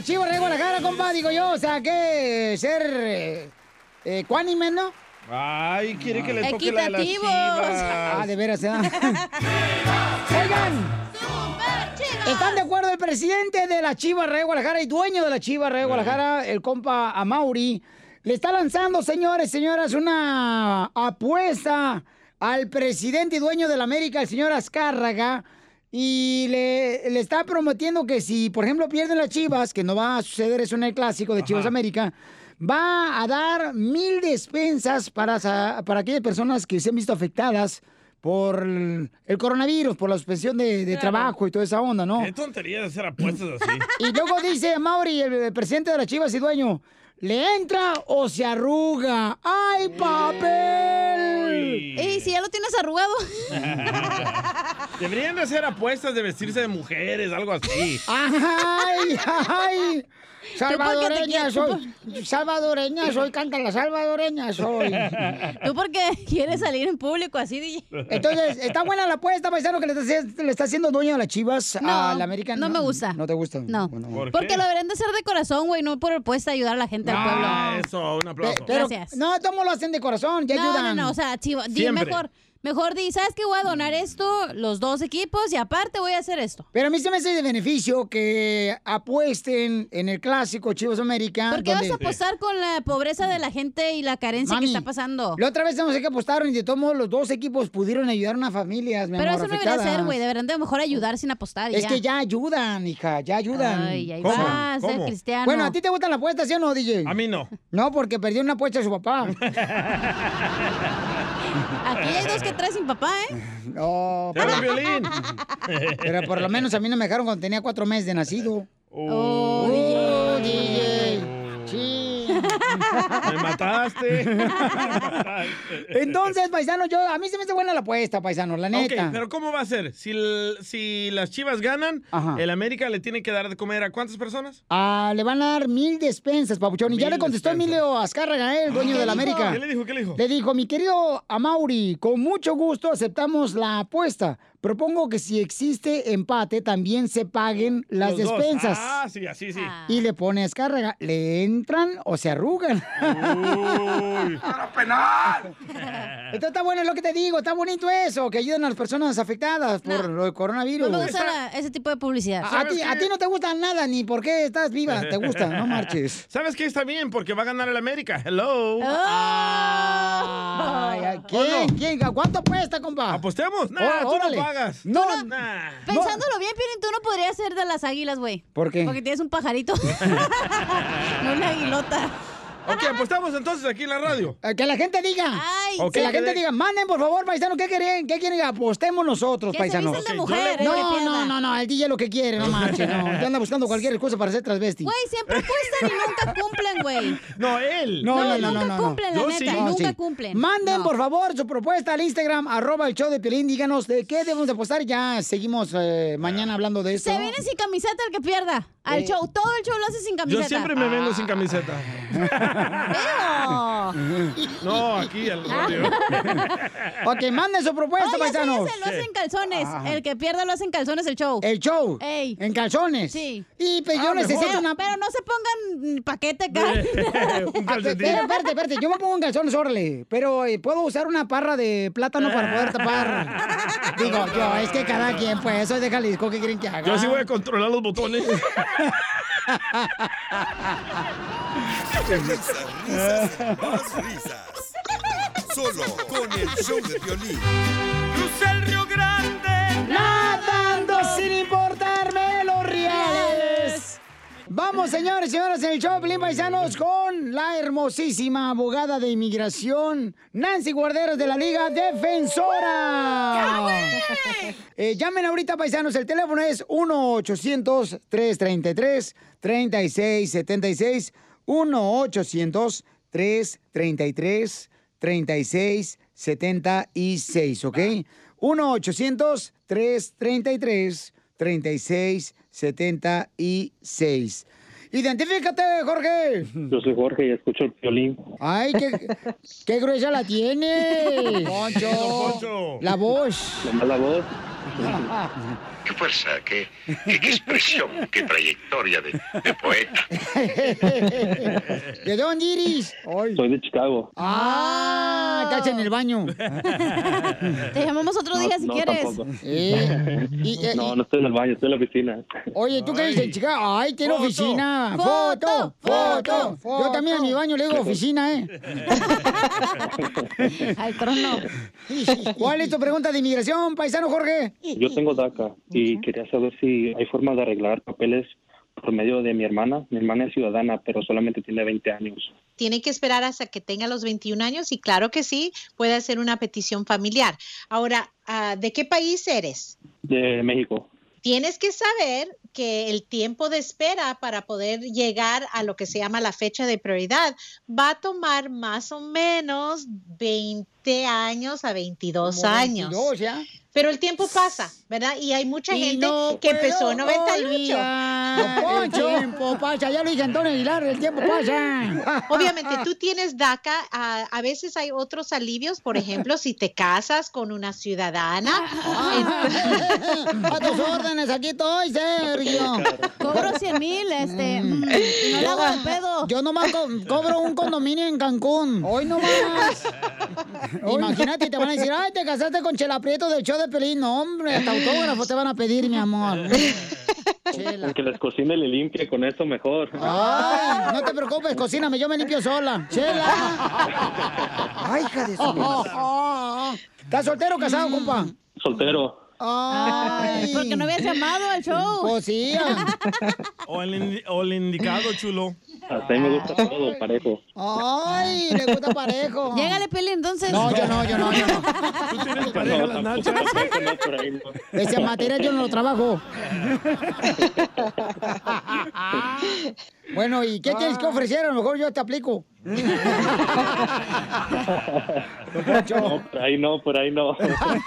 Chivas Real Guadalajara, compa, digo yo, o sea, que ser eh, eh, cuánime, ¿no? Ay, quiere que le toque la de las Equitativos. Chivas. Ah, de veras, ¿eh? Oigan, ¿están de acuerdo el presidente de la Chivas Real Guadalajara y dueño de la Chivas Real Guadalajara, el compa Amaury? Le está lanzando, señores, señoras, una apuesta al presidente y dueño de la América, el señor Azcárraga, y le, le está prometiendo que si, por ejemplo, pierden las Chivas, que no va a suceder eso en el clásico de Chivas América, va a dar mil despensas para, sa- para aquellas personas que se han visto afectadas por el el coronavirus, por la suspensión de, de Claro. trabajo y toda esa onda, ¿no? Qué tontería de hacer apuestas así. Y luego dice Mauri, el, el presidente de las Chivas y dueño, ¿le entra o se arruga? ¡Ay, papel! ¿Y si ya lo tienes arrugado? Deberían de hacer apuestas de vestirse de mujeres, algo así. ¡Ay, ay! Salvadoreña quieres- soy, salvadoreña soy, canta la salvadoreña soy. ¿Tú por qué quieres salir en público así, D J? Entonces, está buena la apuesta, paisano, que le está, haci- le está haciendo dueño de las Chivas No, a la América. no me gusta. ¿No te gusta? No. Bueno. Porque lo deberían de hacer de corazón, güey, no por puesta ayudar a la gente del pueblo. Ah, eso, un aplauso. Pero, Gracias. no, todos lo hacen de corazón, ya no, ayudan. No, no, o sea, chivo, di Siempre. mejor, mejor di, ¿sabes qué? Voy a donar esto, los dos equipos, y aparte voy a hacer esto. Pero a mí se me hace de beneficio que apuesten en el clásico Chivas América. ¿Por qué vas donde- a apostar con la pobreza de la gente y la carencia Mami, que está pasando? La otra vez no sé qué apostaron y de todos modos los dos equipos pudieron ayudar a unas familias, mi Pero amor, eso no debería afectadas. ser, güey, deberían de mejor ayudar sin apostar y Es ya. que ya ayudan, hija, ya ayudan. Ay, ahí vas, eh, cristiano. Bueno, ¿a ti te gustan las apuestas, sí o no, D J? A mí no. No, porque perdió una apuesta de su papá. Aquí hay dos que tres sin papá, ¿eh? No, ¡Te habla Violín! pero por lo menos a mí no me dejaron cuando tenía cuatro meses de nacido. Oh, Oh, D J. Sí. Me mataste. Entonces, paisano, yo, a mí se me hace buena la apuesta, paisano, la neta. Ok, pero ¿cómo va a ser? Si, el- si las Chivas ganan, Ajá. el América le tiene que dar de comer a ¿cuántas personas? Ah, le van a dar mil despensas, papuchón. Y ya Mil le contestó despensas. Emilio Azcárraga, el dueño ¿Qué de la dijo? América. ¿Qué le dijo? ¿Qué le dijo? Le dijo, mi querido Amaury, con mucho gusto aceptamos la apuesta. Propongo que si existe empate, también se paguen las Los dos. despensas. Ah, sí, así sí. Y le pone a Azcárraga, ¿le entran o se arrugan? penal! Esto está bueno, es lo que te digo, está bonito eso, que ayuden a las personas afectadas por lo del coronavirus. No me gusta la- ese tipo de publicidad. A ti, a ti no te gusta nada, ni por qué estás viva, te gusta, no marches. ¿Sabes qué? Está bien, porque va a ganar el América. Hello. Ay, ay, ¿Quién? ¿Quién? ¿A cuánto apuesta, compa? ¿Apostemos? Nah, Ó- tú órale. no pagas. No, Nah. Pensándolo bien, Piolín, tú no podrías ser de las águilas, güey. ¿Por qué? Porque tienes un pajarito. No una aguilota. Ok, apostamos entonces aquí en la radio. Eh, Que la gente diga. Ay, Ok, que la que gente de- diga, manden por favor, paisano, ¿qué quieren? ¿Qué quieren que apostemos nosotros, Que se paisanos? visten de Ok, yo mujer, le- eh, que No, pierda. no, no, no, el D J lo que quiere, no marche, no. Ya anda buscando cualquier excusa para ser transvesti. Güey, siempre apuestan y nunca cumplen, güey. No, él. No, no, no, nunca no, no, no. cumplen, la Yo neta, sí. No, nunca sí. cumplen. Manden, No. por favor, su propuesta al Instagram, arroba el show de Piolín. Díganos de qué debemos de apostar. Ya seguimos eh, mañana hablando de esto. Se viene sin camiseta el que pierda. Al Eh. show, todo el show lo hace sin camiseta. Yo siempre me vengo sin camiseta. Feo. No, aquí al radio. Ok, manden su propuesta, Oye, sí, paisanos. ese lo hace en calzones. Ajá. El que pierda lo hace en calzones el show. El show. Ey. En calzones. Sí. Y pues, yo Ah, necesito mejor. una. Pero no se pongan mm, paquete acá. Un Ah, calcetín. Pero, espérate, espérate, yo me pongo en calzones, órale. Pero eh, puedo usar una parra de plátano para poder tapar. Digo, yo, es que cada quien, pues, soy de Jalisco, ¿qué quieren que haga? Yo sí voy a controlar los botones. Risas, risas, y más risas. Solo con el show de Piolín. Cruza el Río Grande. Nadando sin importarme los reales. Vamos, señores y señoras, en el show de Piolín, paisanos, con la hermosísima abogada de inmigración, Nancy Guarderos, de la Liga Defensora. Eh, llamen ahorita, paisanos, el teléfono es uno ochocientos, tres treinta y tres, treinta y seis setenta y seis, uno ochocientos, tres treinta y tres, treinta y seis setenta y seis, ¿ok? uno ochocientos, tres treinta y tres, treinta y seis setenta y seis. Identifícate, Jorge. Yo soy Jorge y escucho el Piolín. Ay, qué, qué gruesa la tiene. Poncho. La voz. Nomás la voz. Qué fuerza, qué, qué, qué expresión, qué trayectoria de, de poeta. ¿De dónde iris? Soy de Chicago. Ah, estás en el baño. Te llamamos otro día No, si no, quieres. tampoco. Eh, y- eh, No, no estoy en el baño, estoy en la oficina. Oye, ¿tú qué dices, chica? Ay, tiene Foto. oficina. Foto, Foto, foto. Yo también a mi baño le digo oficina, ¿eh? Al trono. ¿Cuál es tu pregunta de inmigración, paisano Jorge? Yo tengo DACA y quería saber si hay forma de arreglar papeles por medio de mi hermana. Mi hermana es ciudadana, pero solamente tiene veinte años. Tiene que esperar hasta que tenga los veintiún años y claro que sí, puede hacer una petición familiar. Ahora, ah, ¿de qué país eres? De México. Tienes que saber que el tiempo de espera para poder llegar a lo que se llama la fecha de prioridad va a tomar más o menos veinte años a veintidós Como años. veintidós, ¿ya? Pero el tiempo pasa, ¿verdad? Y hay mucha Y gente no que empezó en puedo noventa y ocho. olvidar. El tiempo pasa, ya lo dije Antonio Aguilar, el tiempo pasa. Obviamente, tú tienes DACA, a, a veces hay otros alivios, por ejemplo, si te casas con una ciudadana. A tus órdenes, aquí estoy, Sergio. Cobro cien mil, este, mm, y no le hago de pedo. Yo nomás co- cobro un condominio en Cancún. Hoy nomás. Imagínate, te van a decir, ay, te casaste con Chela Prieto del show de Pelín. No, hombre, hasta autógrafo te van a pedir, mi amor. Aunque les cocine y le limpie, con eso mejor. Ay, no te preocupes, cocíname, yo me limpio sola. Chela. Ay, hija de su... ¿Estás soltero o casado, compa? Soltero. Ay. ¿Por qué no habías llamado al show? Pues sí. O el, indi- o el indicado, chulo. Hasta ahí me gusta todo, parejo. Ay, le gusta parejo. Llégale, Peli, entonces. No, yo no, yo no, yo no. Tú tienes pareja, las nachas. No, por ahí no. Esa materia yo no lo trabajo. Bueno, ¿y qué tienes que ofrecer? A lo mejor yo te aplico. No, por ahí no, por ahí no.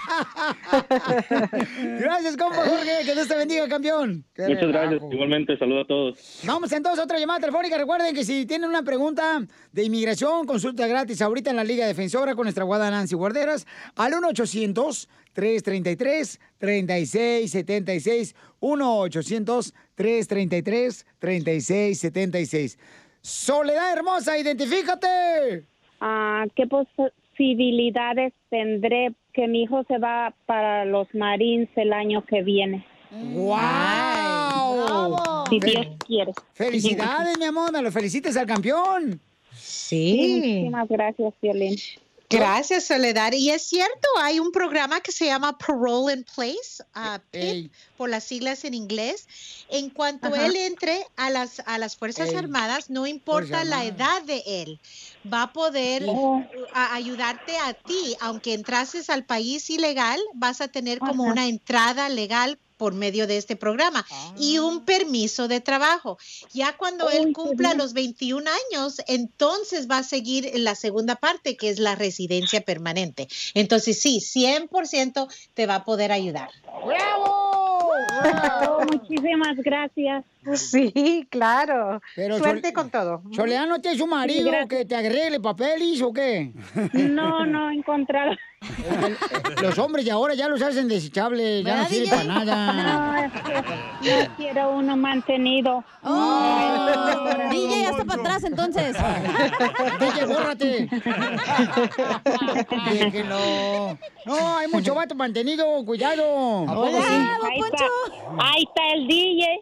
Gracias, compa Jorge. Que Dios te bendiga, campeón. Qué Muchas relajo. gracias, igualmente, saludos a todos. Vamos entonces a otra llamada telefónica. Recuerden que si tienen una pregunta de inmigración, consulta gratis ahorita en la Liga Defensora con nuestra abogada Nancy Guarderas al uno ochocientos, tres treinta y tres, treinta y seis setenta y seis. uno ochocientos, tres treinta y tres, treinta y seis setenta y seis. Soledad hermosa, identifícate. Ah, ¿qué posibilidades tendré que mi hijo se va para los Marines el año que viene? ¡Wow! Si Dios quiere. Felicidades, mi amor, me lo felicites al campeón. Sí. Muchísimas gracias, Violín. Gracias, Soledad. Y es cierto, hay un programa que se llama Parole in Place, uh, P I P, por las siglas en inglés. En cuanto Ajá. él entre a las, a las Fuerzas Ey. Armadas, no importa Fuerzas la Armadas. edad de él, va a poder Oh. a- ayudarte a ti. Aunque entrases al país ilegal, vas a tener como Ajá. una entrada legal por medio de este programa y un permiso de trabajo. Ya cuando Uy, él qué cumpla bien. los veintiún años, entonces va a seguir en la segunda parte, que es la residencia permanente. Entonces sí, cien por ciento te va a poder ayudar. ¡Bravo! Oh, muchísimas gracias. Sí, claro. Pero Suerte Sol- con todo. Soledad, ¿no tienes un marido gracias. que te arregle papeles o qué? No, no he encontrado. Los hombres de ahora ya los hacen desechables, ya no ¿Verdad, sirven D J? para nada. No, es que no quiero uno mantenido. Oh, D J, hasta para atrás entonces. D J, bórrate. Déjenlo. No, hay mucho vato mantenido, cuidado. ¿A poco sí? Ahí está, ahí está el D J.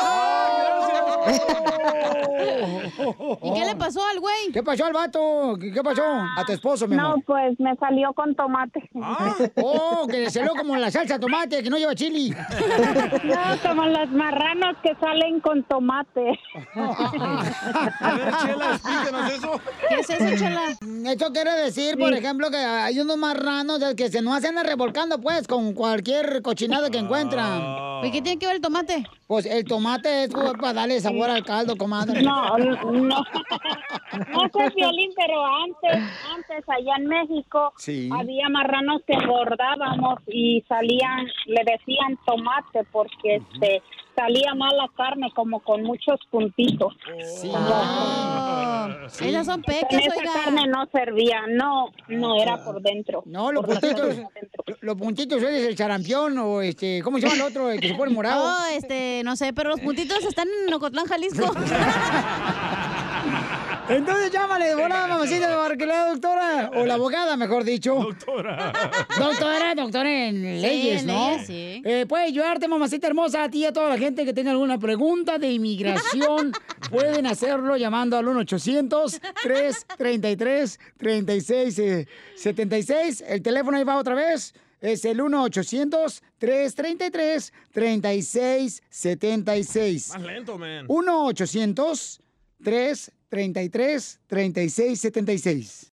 ¿Y qué le pasó al güey? ¿Qué pasó al vato? ¿Qué, qué pasó? A tu esposo, mi No, amor. pues me salió con tomate. Oh, que le salió como la salsa de tomate, que no lleva chili. No, como los marranos que salen con tomate. A ver, Chela, explícanos eso. ¿Qué es eso, Chela? Esto quiere decir, por Sí. ejemplo, que hay unos marranos de que se no hacen revolcando, pues, con cualquier cochinada que encuentran. ¿Y qué tiene que ver el tomate? Pues el tomate es pues, para darle sabor al caldo, comadre. No, no. No sé, Violín, pero antes, antes allá en México Sí. había marranos que engordábamos y salían, le decían tomate porque este salía mal la carne, como con muchos puntitos. Sí. Esas son Con peques, esa oiga. carne no servía, no, no era por dentro. No, los Por puntitos, dentro. los puntitos eres el sarampión o este, ¿cómo se llama el otro? El que se pone morado. Oh, este, no sé, pero los puntitos están en Ocotlán, Jalisco. Entonces llámale de volada, mamacita, para que la doctora, o la abogada, mejor dicho. Doctora. Doctora, doctora en Sí, leyes, en ¿no? leyes, sí. Eh, puede ayudarte, mamacita hermosa, a ti y a toda la gente que tenga alguna pregunta de inmigración. Pueden hacerlo llamando al uno ochocientos, tres treinta y tres, treinta y seis setenta y seis. El teléfono ahí va otra vez. Es el uno ochocientos, tres treinta y tres, treinta y seis setenta y seis. Más lento, man. uno ochocientos, tres treinta y tres, treinta y seis setenta y seis.